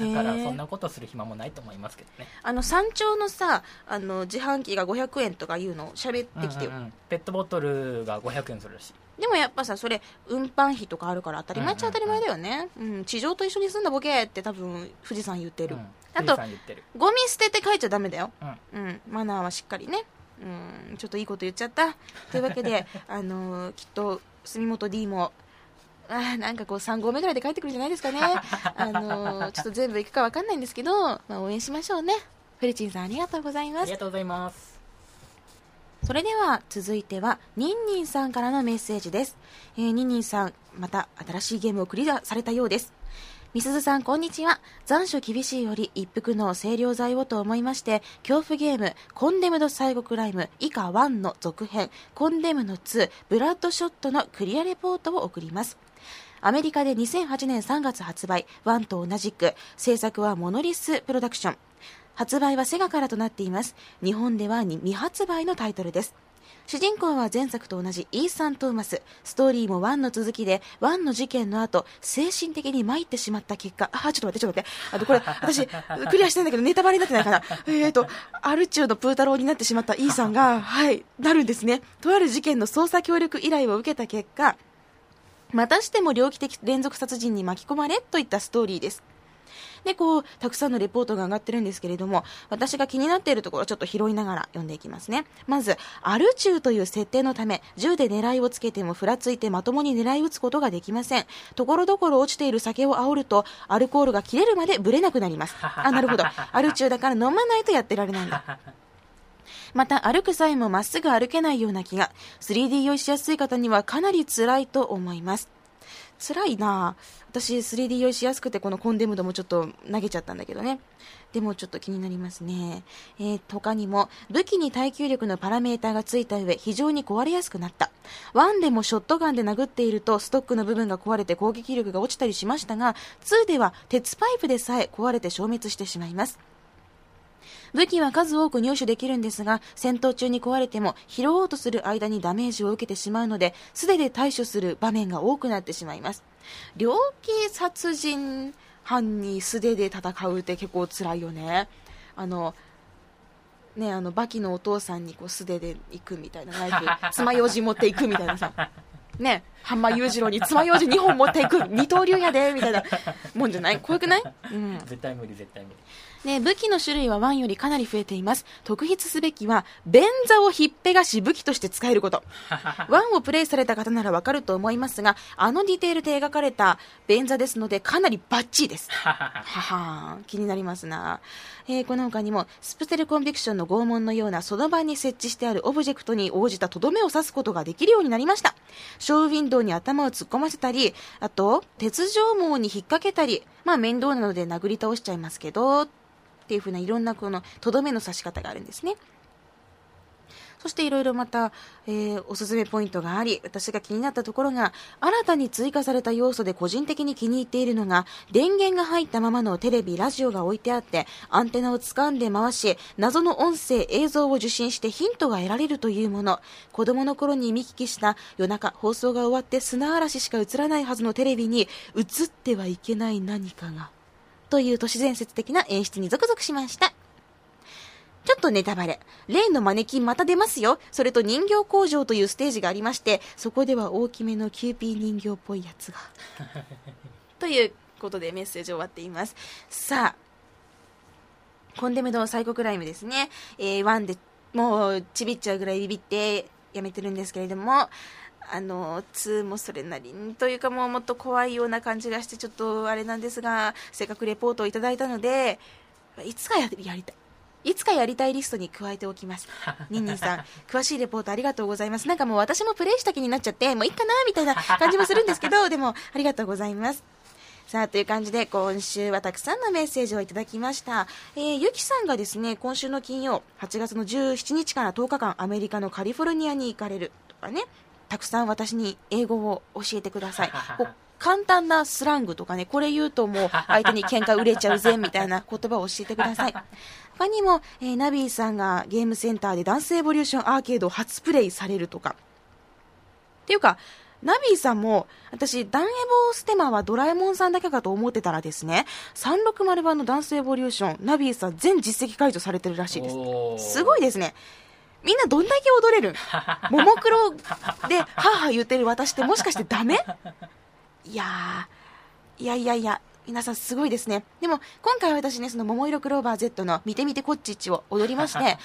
だからそんなことする暇もないと思いますけどね。 あの山頂のさ、あの自販機がごひゃくえんとかいうの喋ってきてよ、うんうんうん、 ペットボトルがごひゃくえんするらしい。 でもやっぱさ、それ運搬費とかあるから当たり前っちゃ当たり前だよね、うんうんうん、地上と一緒に住んだボケって多分富士山言ってる、うん、あとゴミ捨てて帰っちゃダメだよ、うんうん、マナーはしっかりね。 うん、ちょっといいこと言っちゃったというわけであのー、きっと住本 D もあなんかこうさん号目ぐらいで帰ってくるんじゃないですかねあのー、ちょっと全部行くか分かんないんですけど、まあ、応援しましょうね。フェルチンさんありがとうございます。 ありがとうございます。 それでは続いてはニンニンさんからのメッセージです。えー、ニンニンさんまた新しいゲームをクリアされたようです。みすずさんこんにちは。残暑厳しいより一服の清涼剤をと思いまして恐怖ゲームコンデムド最後クライム以下ワンの続編コンデムドツーブラッドショットのクリアレポートを送ります。アメリカでにせんはちねんさんがつ発売、ワンと同じく制作はモノリスプロダクション、発売はセガからとなっています。日本では未発売のタイトルです。主人公は前作と同じイーサン・トーマス。ストーリーもワンの続きで、ワンの事件の後、精神的に参ってしまった結果、あ、ちょっと待って、ちょっと待って。あとこれ、私、クリアしてんだけど、ネタバレになってないかな。えーと、アルチューのプータローになってしまったイーサンが、はい、なるんですね。とある事件の捜査協力依頼を受けた結果、またしても猟奇的連続殺人に巻き込まれといったストーリーです。でこうたくさんのレポートが上がってるんですけれども、私が気になっているところをちょっと拾いながら読んでいきますね。まずアルチューという設定のため、銃で狙いをつけてもふらついてまともに狙い撃つことができません。ところどころ落ちている酒を煽るとアルコールが切れるまでブレなくなります。あ、なるほど、アルチューだから飲まないとやってられないんだ。また歩く際もまっすぐ歩けないような気が、 スリーディー 酔いしやすい方にはかなり辛いと思います。辛いな私 スリーディー 酔いしやすくてこのコンデムドもちょっと投げちゃったんだけどね。でもちょっと気になりますね。えー、他にも武器に耐久力のパラメーターがついた上非常に壊れやすくなった。ワンでもショットガンで殴っているとストックの部分が壊れて攻撃力が落ちたりしましたが、ツーでは鉄パイプでさえ壊れて消滅してしまいます。武器は数多く入手できるんですが、戦闘中に壊れても拾おうとする間にダメージを受けてしまうので、素手で対処する場面が多くなってしまいます。猟奇殺人犯に素手で戦うって結構辛いよね。あのね、あのバキのお父さんにこう素手で行くみたいな、ナイフ爪楊枝持っていくみたいなさね、ハンマー裕次郎に爪楊枝にほん持っていく二刀流やでみたいなもんじゃない？怖くない？うん、 絶対無理絶対無理。 ね、武器の種類はワンよりかなり増えています。特筆すべきは便座をひっぺがし武器として使えること。ワンをプレイされた方ならわかると思いますが、あのディテールで描かれた便座ですのでかなりバッチリです。はは気になりますな。えー、この他にもスプテルコンビクションの拷問のようなその場に設置してあるオブジェクトに応じたとどめを刺すことができるようになりました。ショーウィンドウに頭を突っ込ませたり、あと鉄条網に引っ掛けたり、まあ面倒なので殴り倒しちゃいますけどっていう風ないろんなこのとどめの刺し方があるんですね。そしていろいろまた、えー、おすすめポイントがあり、私が気になったところが、新たに追加された要素で個人的に気に入っているのが、電源が入ったままのテレビラジオが置いてあって、アンテナを掴んで回し謎の音声映像を受信してヒントが得られるというもの。子供の頃に見聞きした夜中放送が終わって砂嵐しか映らないはずのテレビに映ってはいけない何かがという都市伝説的な演出にゾクゾクしました。ちょっとネタバレ。例のマネキンまた出ますよ。それと人形工場というステージがありまして、そこでは大きめのキューピー人形っぽいやつがということでメッセージ終わっています。さあ、コンデムドサイコクライムですね。えー、ワンでもうちびっちゃうぐらいビビってやめてるんですけれども、あのツーもそれなりにというか、もうもっと怖いような感じがしてちょっとあれなんですが、せっかくレポートをいただいたので、いつかやりたいいつかやりたいリストに加えておきます。ニンニンさん詳しいレポートありがとうございます。なんかもう私もプレイした気になっちゃって、もういいかなみたいな感じもするんですけどでもありがとうございます。さあという感じで今週はたくさんのメッセージをいただきました。えー、ゆきさんがですね、今週の金曜はちがつのじゅうしちにちからとおかかんアメリカのカリフォルニアに行かれるとかね、たくさん私に英語を教えてください。簡単なスラングとかね、これ言うともう相手に喧嘩売れちゃうぜみたいな言葉を教えてください。他にも、えー、ナビーさんがゲームセンターでダンスエボリューションアーケードを初プレイされるとかっていうか、ナビーさんも私ダンエボステマはドラえもんさんだけかと思ってたらですね、さんびゃくろくじゅうばんのダンスエボリューションナビーさん全実績解除されてるらしいです。すごいですね。みんなどんだけ踊れるんももクロでハーハー言ってる私ってもしかしてダメ？いやーいやいやいや皆さんすごいですね。でも今回は私ね、その桃色クローバー Z の見てみてこっちっちを踊りまして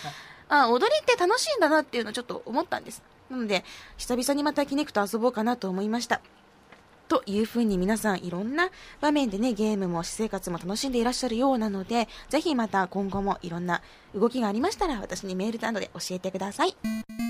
あ、踊りって楽しいんだなっていうのをちょっと思ったんです。なので久々にまたキネクト遊ぼうかなと思いました。というふうに皆さんいろんな場面でね、ゲームも私生活も楽しんでいらっしゃるようなので、ぜひまた今後もいろんな動きがありましたら私にメールなどで教えてください。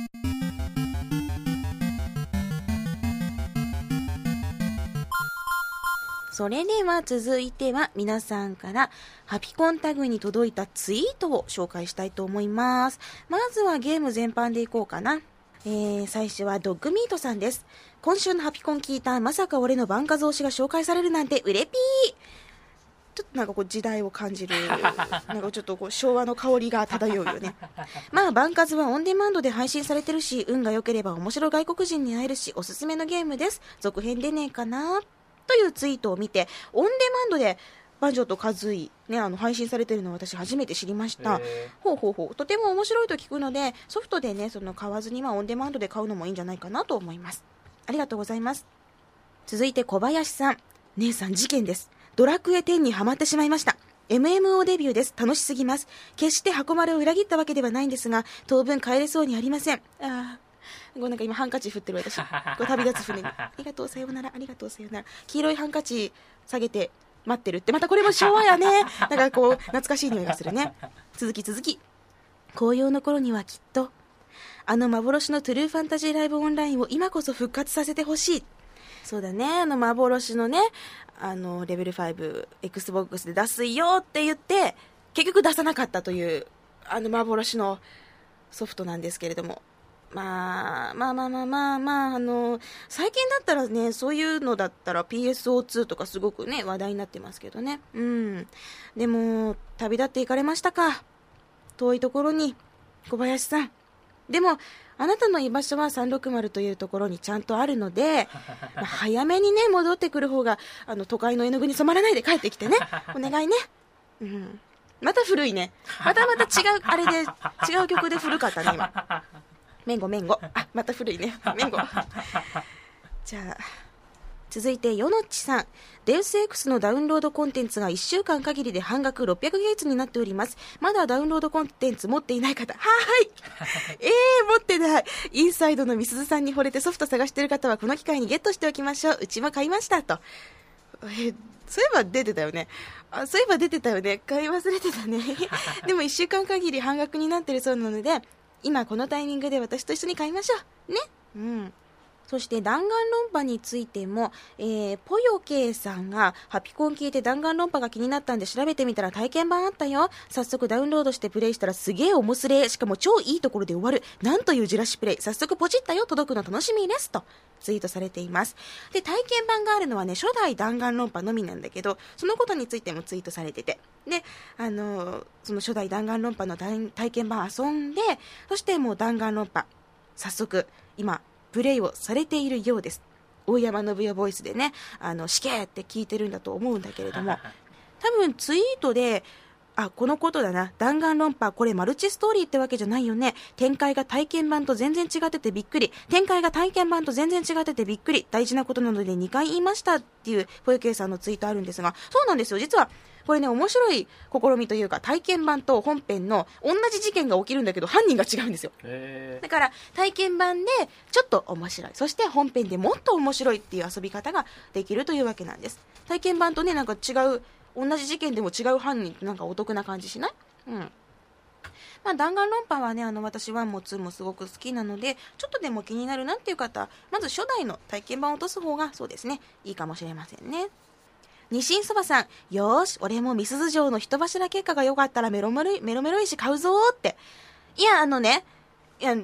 それでは続いては皆さんからハピコンタグに届いたツイートを紹介したいと思います。まずはゲーム全般でいこうかな。えー、最初はドッグミートさんです。今週のハピコン聞いた、まさか俺の番数推しが紹介されるなんてうれぴー。ちょっとなんかこう時代を感じるなんかちょっとこう昭和の香りが漂うよね。まあ番数はオンデマンドで配信されてるし、運が良ければ面白い外国人に会えるし、おすすめのゲームです。続編出ねえかなというツイートを見て、オンデマンドでバンジョーとカズイ、ね、あの配信されているのを私初めて知りました。ほうほうほう、とても面白いと聞くので、ソフトでねその買わずにまあオンデマンドで買うのもいいんじゃないかなと思います。ありがとうございます。続いて小林さん、姉さん事件です。ドラクエテンにハマってしまいました。 エムエムオー デビューです。楽しすぎます。決して箱丸を裏切ったわけではないんですが、当分帰れそうにありません。ああ、こうなんか今ハンカチ振ってる私、こう旅立つ船にありがとうさようなら、ありがとうさようなら、黄色いハンカチ下げて待ってるって、またこれも昭和やね。なんかこう懐かしい匂いがするね。続き続き、紅葉の頃にはきっとあの幻のトゥルーファンタジーライブオンラインを今こそ復活させてほしい。そうだね、あの幻のね、あのレベルファイブ Xbox で出すよって言って結局出さなかったというあの幻のソフトなんですけれども、まあまあまあまあまあまあ、あの最近だったらね、そういうのだったら ピーエスオーツー とかすごくね話題になってますけどね。うん、でも旅立っていかれましたか、遠いところに。小林さん、でもあなたの居場所はさんろくまるというところにちゃんとあるので、まあ、早めにね戻ってくる方が、あの都会の絵の具に染まらないで帰ってきてね、お願いね。うん、また古いね、またまた違うあれで違う曲で古かったね今。メンゴメンゴ、あ、また古いね、メンゴ。じゃあ続いてヨノッチさん、デウス X のダウンロードコンテンツがいっしゅうかん限りで半額ろっぴゃくゲーツになっております。まだダウンロードコンテンツ持っていない方、はーいえー持ってない。インサイドのみすずさんに惚れてソフト探している方はこの機会にゲットしておきましょう。うちも買いましたと。えそういえば出てたよね。あ、そういえば出てたよね。買い忘れてたね。でもいっしゅうかん限り半額になってるそうなので、今このタイミングで私と一緒に買いましょうね。うん。そして弾丸論破についても、えー、ぽよけいさんがハピコン聞いて弾丸論破が気になったんで調べてみたら体験版あったよ。早速ダウンロードしてプレイしたらすげえ面白い、しかも超いいところで終わる、なんというじらしプレイ、早速ポチったよ、届くの楽しみですとツイートされています。で体験版があるのはね初代弾丸論破のみなんだけど、そのことについてもツイートされてて、であのー、その初代弾丸論破の体験版遊んで、そしてもう弾丸論破早速今プレイをされているようです。大山信代ボイスでね、あの死刑って聞いてるんだと思うんだけれども、多分ツイートで、あ、このことだな、弾丸論破これマルチストーリーってわけじゃないよね、展開が体験版と全然違っててびっくり、展開が体験版と全然違っててびっくり、大事なことなのでにかい言いましたっていう小池さんのツイートあるんですが、そうなんですよ。実はこれね面白い試みというか、体験版と本編の同じ事件が起きるんだけど犯人が違うんですよ。だから体験版でちょっと面白い、そして本編でもっと面白いっていう遊び方ができるというわけなんです。体験版とねなんか違う、同じ事件でも違う犯人ってなんかお得な感じしない？うん。まあ、弾丸論破はね、あの私ワンもツーもすごく好きなので、ちょっとでも気になるなっていう方はまず初代の体験版を落とす方がそうですねいいかもしれませんね。日清そばさん、よーし俺もみすず城の人柱結果が良かったらメロメロメロメロ石買うぞーって。いやあのね、いや、うん、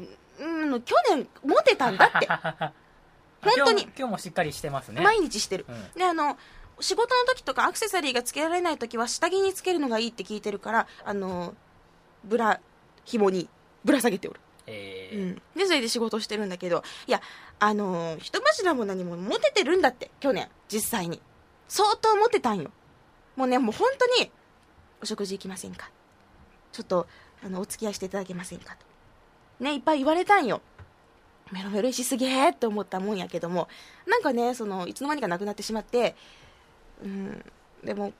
去年モテたんだって本当に今日、今日もしっかりしてますね。 毎日してる、 うん、 であの仕事の時とかアクセサリーがつけられない時は下着につけるのがいいって聞いてるから、あのブラ紐にぶら下げておる、 えーうん、でそれで仕事してるんだけど、いやあの人柱も何もモテてるんだって。去年実際に相当モテたんよ。もうねもう本当にお食事行きませんか、ちょっとあのお付き合いしていただけませんかとねいっぱい言われたんよ。メロメロ石すげーって思ったもんやけども、なんかねそのいつの間にかなくなってしまって、うん、でも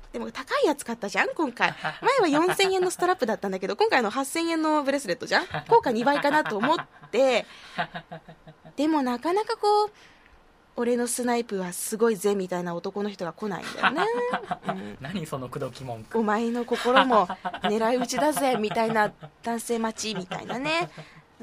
でも高いやつ買ったじゃん今回。前はよんせんえんのストラップだったんだけど、今回のはっせんえんのブレスレットじゃん。効果にばいかなと思って、でもなかなかこう俺のスナイプはすごいぜみたいな男の人が来ないんだよね、うん、 何その口説き文句。 お前の心も狙い撃ちだぜみたいな男性待ちみたいなね、うん、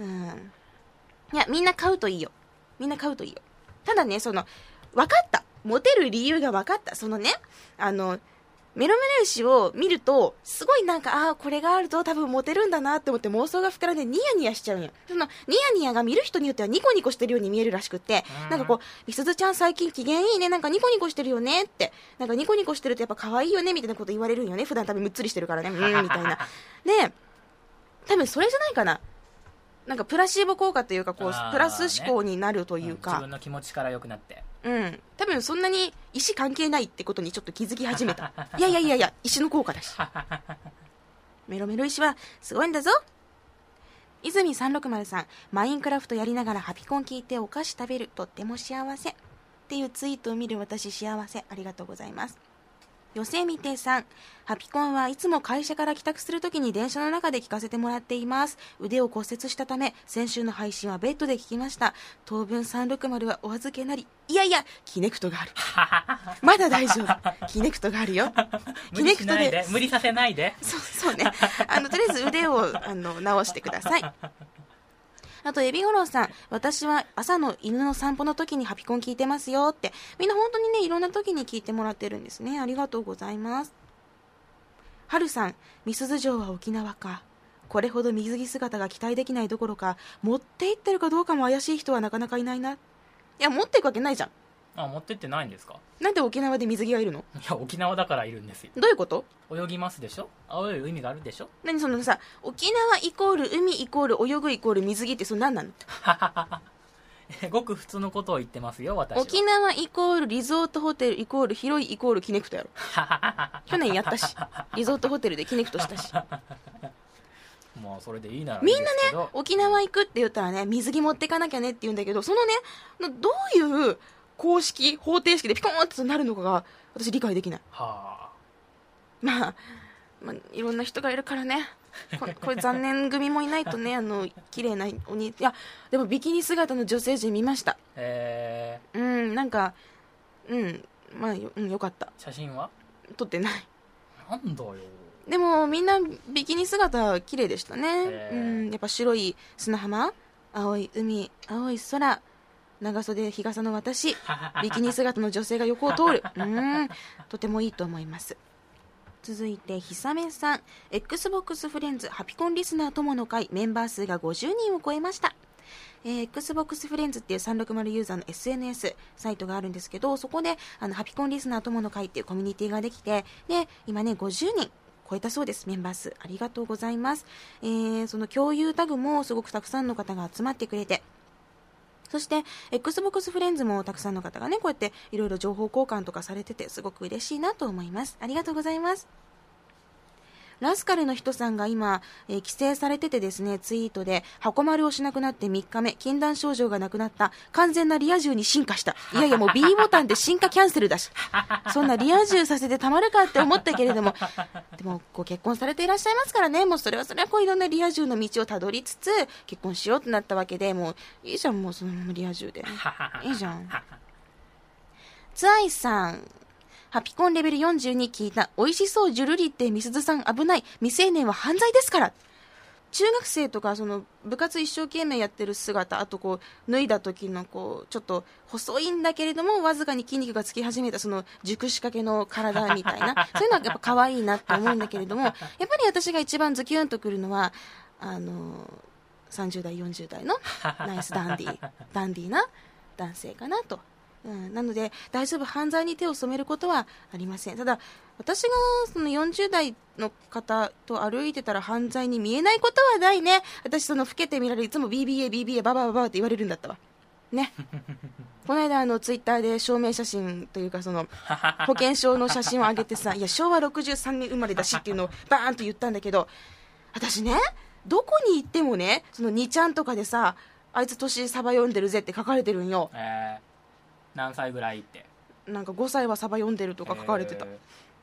いやみんな買うといいよ、みんな買うといいよ。ただね、その分かった、モテる理由が分かった。そのね、あのメロメロ石を見るとすごいなんか、ああこれがあると多分モテるんだなって思って妄想が膨らんでニヤニヤしちゃうんよ。そのニヤニヤが見る人によってはニコニコしてるように見えるらしくって、なんかこうみすずちゃん最近機嫌いいね、なんかニコニコしてるよねって、なんかニコニコしてるとやっぱ可愛いよねみたいなこと言われるんよね。普段多分むっつりしてるからね、うんみたいな。で多分それじゃないかな、なんかプラシーボ効果というか、こうプラス思考になるというか、 うん、自分の気持ちから良くなって、 うん、多分そんなに石関係ないってことにちょっと気づき始めた。いやいやいやいや、石の効果だしメロメロ石はすごいんだぞ。泉さんろくまるさん、マインクラフトやりながらハピコン聞いてお菓子食べる、とっても幸せっていうツイートを見る私幸せ、ありがとうございます。よせみてさん、ハピコンはいつも会社から帰宅するときに電車の中で聞かせてもらっています。腕を骨折したため先週の配信はベッドで聞きました。当分さんろくまるはお預けなり、いやいやキネクトがあるまだ大丈夫、キネクトがあるよ無理しないで、無理させないで。 そうそうね、あのとりあえず腕をあの直してください。あとエビゴロウさん、私は朝の犬の散歩の時にハピコン聞いてますよって。みんな本当にね、いろんな時に聞いてもらってるんですね。ありがとうございます。はるさん、みすゞ城は沖縄か。これほど水着姿が期待できないどころか、持って行ってるかどうかも怪しい人はなかなかいないな。いや、持っていくわけないじゃん。 あ、持ってってないんですか。 なんで沖縄で水着がいるの。 いや、沖縄だからいるんですよ。 どういうこと。 泳ぎますでしょ、青い海があるでしょ。 何そのさ、沖縄イコール海イコール泳ぐイコール水着ってそれ何なのごく普通のことを言ってますよ、私は。 沖縄イコールリゾートホテルイコール広いイコールキネクトやろ去年やったし、リゾートホテルでキネクトしたしまあそれでいいならいいみんですけど、 なね、沖縄行くって言ったらね、水着持ってかなきゃねって言うんだけど、そのね、どういう公式方程式でピコーンってなるのかが私理解できない。 はあ、 まあ、まあ、いろんな人がいるからね、これ、これ残念組もいないとね、あの綺麗なおに、いやでもビキニ姿の女性陣見ました。 えー、うんなんかうんまあ よ,、うん、よかった。 写真は撮ってない。 なんだよ。 でもみんなビキニ姿綺麗でしたね。うん、やっぱ白い砂浜、青い海、青い空、長袖日傘の私、ビキニ姿の女性が横を通る、うんとてもいいと思います。続いてひさめさん、 Xbox フレンズハピコンリスナー友の会メンバー数がごじゅうにんを超えました。えー、Xbox フレンズっていうさんろくまるユーザーの エスエヌエス サイトがあるんですけど、そこであのハピコンリスナー友の会っていうコミュニティができて、で今ねごじゅうにん超えたそうです。メンバー数ありがとうございます。えー、その共有タグもすごくたくさんの方が集まってくれて、そして Xbox フレンズもたくさんの方がねこうやっていろいろ情報交換とかされててすごく嬉しいなと思います。ありがとうございます。ラスカルの人さんが今、えー、帰省されててですね、ツイートで箱丸をしなくなってみっかめ、禁断症状がなくなった、完全なリア充に進化した。いやいやもう B ボタンで進化キャンセルだし、そんなリア充させてたまるかって思ったけれども、でもご結婚されていらっしゃいますからね、もうそれはそれはこういろんなリア充の道をたどりつつ結婚しようってなったわけで、もういいじゃん、もうそのままリア充でいいじゃん。ツアイさん、ハピコンレベルよんじゅうに聞いた、美味しそうジュルリってみすずさん危ない、未成年は犯罪ですから。中学生とかその部活一生懸命やってる姿、あとこう脱いだ時のこうちょっと細いんだけれどもわずかに筋肉がつき始めたその熟しかけの体みたいなそういうのはやっぱ可愛いなって思うんだけれども、やっぱり私が一番ズキュンとくるのはあのさんじゅう代よんじゅう代のナイスダンディダンディーな男性かなと。うん、なので大丈夫、犯罪に手を染めることはありません。ただ私がそのよんじゅう代の方と歩いてたら犯罪に見えないことはないね。私その老けて見られる、いつも ビービーエー ビービーエー ババババって言われるんだったわねこの間あのツイッターで証明写真というかその保険証の写真を上げてさいや昭和ろくじゅうさんねん生まれだしっていうのをバーンと言ったんだけど、私ねどこに行ってもねそのにちゃんとかでさあいつ年サバ読んでるぜって書かれてるんよ。 えー何歳ぐらいって、 なんかごさいはサバ読んでるとか書かれてた、 え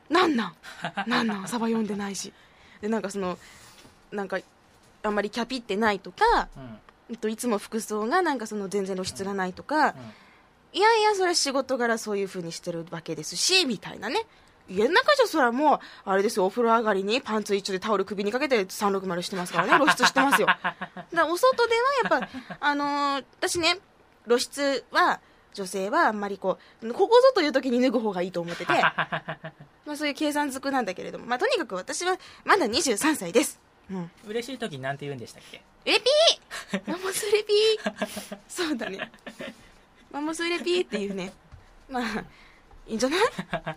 なんなんなんなんサバ読んでないし、でなんかそのなんかあんまりキャピってないとか、うん、といつも服装がなんかその全然露出がないとか、うんうん、いやいやそれ仕事柄そういう風にしてるわけですしみたいなね。家の中じゃそれはもうあれですよ、お風呂上がりにパンツ一丁でタオル首にかけてさんろくまるしてますからね、露出してますよ。だからお外ではやっぱあのー、私ね露出は女性はあんまりこうここぞという時に脱ぐ方がいいと思っててまあそういう計算づくなんだけれども、まあ、とにかく私はまだにじゅうさんさいです、うん、 嬉しい時なんて言うんでしたっけ？ うれぴーマモスうれぴーそうだね、マモスうれぴーっていうね、まあいいんじゃない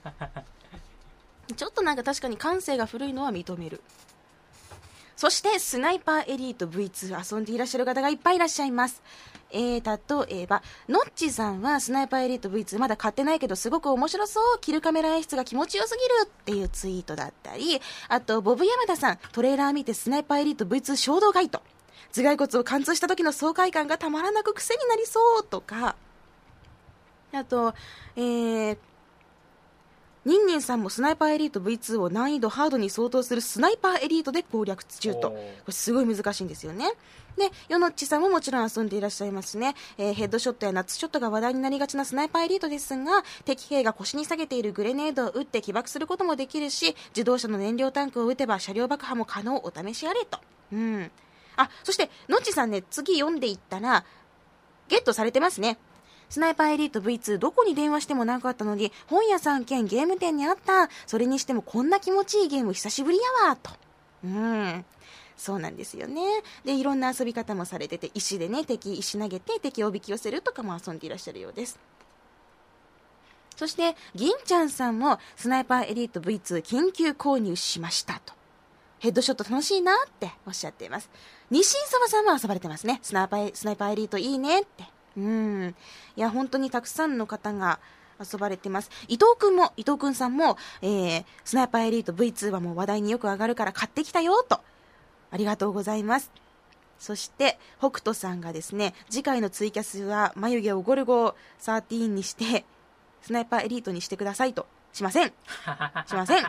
ちょっとなんか確かに感性が古いのは認める。そしてスナイパーエリート ブイツー 遊んでいらっしゃる方がいっぱいいらっしゃいます。えー、例えばのっちさんはスナイパーエリート ブイツー まだ買ってないけどすごく面白そう、キルカメラ演出が気持ちよすぎるっていうツイートだったり、あとボブ山田さん、トレーラー見てスナイパーエリート ブイツー 衝動買いと、頭蓋骨を貫通した時の爽快感がたまらなく癖になりそうとか、あとえーニンニンさんもスナイパーエリート ブイツー を難易度ハードに相当するスナイパーエリートで攻略中と、これすごい難しいんですよね。でヨノッチさんももちろん遊んでいらっしゃいますね、えー、ヘッドショットやナッツショットが話題になりがちなスナイパーエリートですが、敵兵が腰に下げているグレネードを撃って起爆することもできるし、自動車の燃料タンクを撃てば車両爆破も可能、お試しあれと。うんあそしてノッチさんね、次読んでいったらゲットされてますね。スナイパーエリート ブイツー どこに電話してもなかったのに本屋さん兼ゲーム店にあった、それにしてもこんな気持ちいいゲーム久しぶりやわと。うんそうなんですよね。でいろんな遊び方もされてて、石でね敵石投げて敵をおびき寄せるとかも遊んでいらっしゃるようです。そして銀ちゃんさんもスナイパーエリート ブイツー 緊急購入しましたと、ヘッドショット楽しいなっておっしゃっています。西沢さんも遊ばれてますね。スナイパー、スナイパーエリートいいねって。うんいや本当にたくさんの方が遊ばれてます。伊藤くんも伊藤くんさんも、えー、スナイパーエリート ブイツー はもう話題によく上がるから買ってきたよと、ありがとうございます。そして北斗さんがですね、次回のツイキャスは眉毛をゴルゴじゅうさんにしてスナイパーエリートにしてくださいと。しませんしません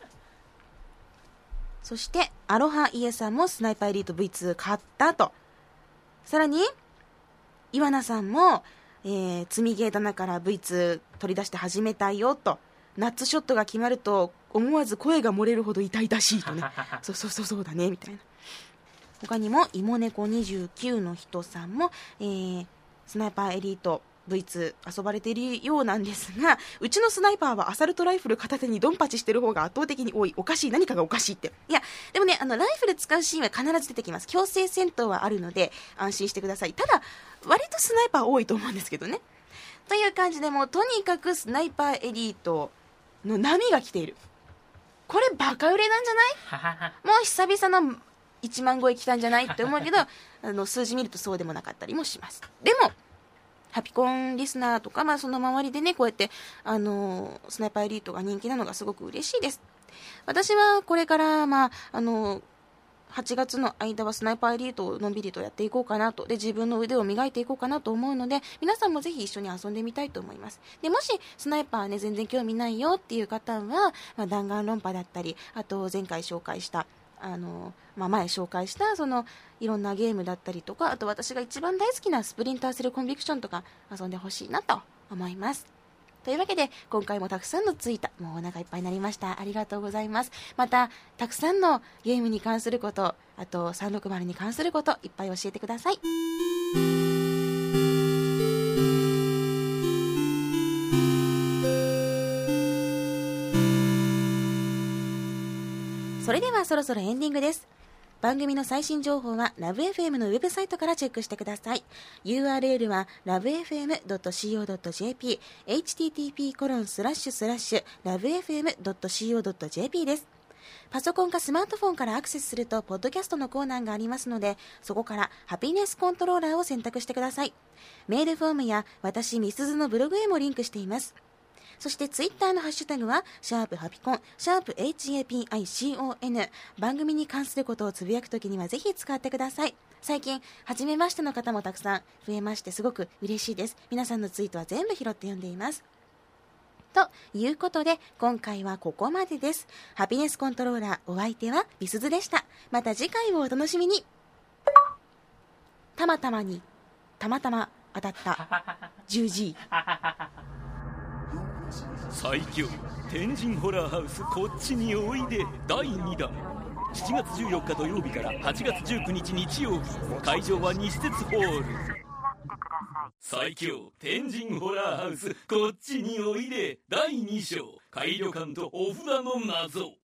そしてアロハイエさんもスナイパーエリート ブイツー 買ったと。さらにイワナさんも、えー、積みゲー棚から ブイツー 取り出して始めたよと、ナッツショットが決まると思わず声が漏れるほど痛々しいとねそうそうそうそうだねみたいな。他にもいもねこにじゅうきゅうの人さんも、えー、スナイパーエリート ブイツー 遊ばれているようなんですが、うちのスナイパーはアサルトライフル片手にドンパチしてる方が圧倒的に多い、おかしい、何かがおかしいって。いやでもね、あのライフル使うシーンは必ず出てきます。強制戦闘はあるので安心してください。ただ割とスナイパー多いと思うんですけどね。という感じで、もうとにかくスナイパーエリートの波が来ている。これバカ売れなんじゃないもう久々のいちまん超え来たんじゃないって思うけどあの数字見るとそうでもなかったりもします。でもハピコンリスナーとか、まあ、その周りでねこうやって、あのー、スナイパーエリートが人気なのがすごく嬉しいです。私はこれから、まああのー、はちがつの間はスナイパーエリートをのんびりとやっていこうかなと、で自分の腕を磨いていこうかなと思うので、皆さんもぜひ一緒に遊んでみたいと思います。でもしスナイパーね全然興味ないよっていう方は、まあ、弾丸論破だったり、あと前回紹介したあの、まあ、前紹介したそのいろんなゲームだったりとか、あと私が一番大好きなスプリンターセルコンビクションとか遊んでほしいなと思います。というわけで今回もたくさんのツイート、もうお腹いっぱいになりました。ありがとうございます。またたくさんのゲームに関すること、あとさんろくまるに関することいっぱい教えてください。それではそろそろエンディングです。番組の最新情報はラブ エフエム のウェブサイトからチェックしてください。 ユーアールエル は ラブエフエムドットシーオードットジェーピー エイチティーティーピーコロンスラッシュスラッシュラブエフエムドットシーオードットジェーピー です。パソコンかスマートフォンからアクセスするとポッドキャストのコーナーがありますので、そこからハピネスコントローラーを選択してください。メールフォームや私みすずのブログへもリンクしています。そしてツイッターのハッシュタグはシャープハピコン、シャープ エイチエーピーアイシーオーエヌ、 番組に関することをつぶやくときにはぜひ使ってください。最近初めましての方もたくさん増えましてすごく嬉しいです。皆さんのツイートは全部拾って読んでいます。 ということで今回はここまでです。ハピネスコントローラー、お相手はビスズでした。また次回をお楽しみに。たまたまにたまたま当たったじゅうじ最強天神ホラーハウスこっちにおいでだいにだん、しちがつじゅうよっか土曜日からはちがつじゅうくにち日曜日、会場は西鉄ホール。最強天神ホラーハウスこっちにおいでだいに章、怪旅館とお札の謎。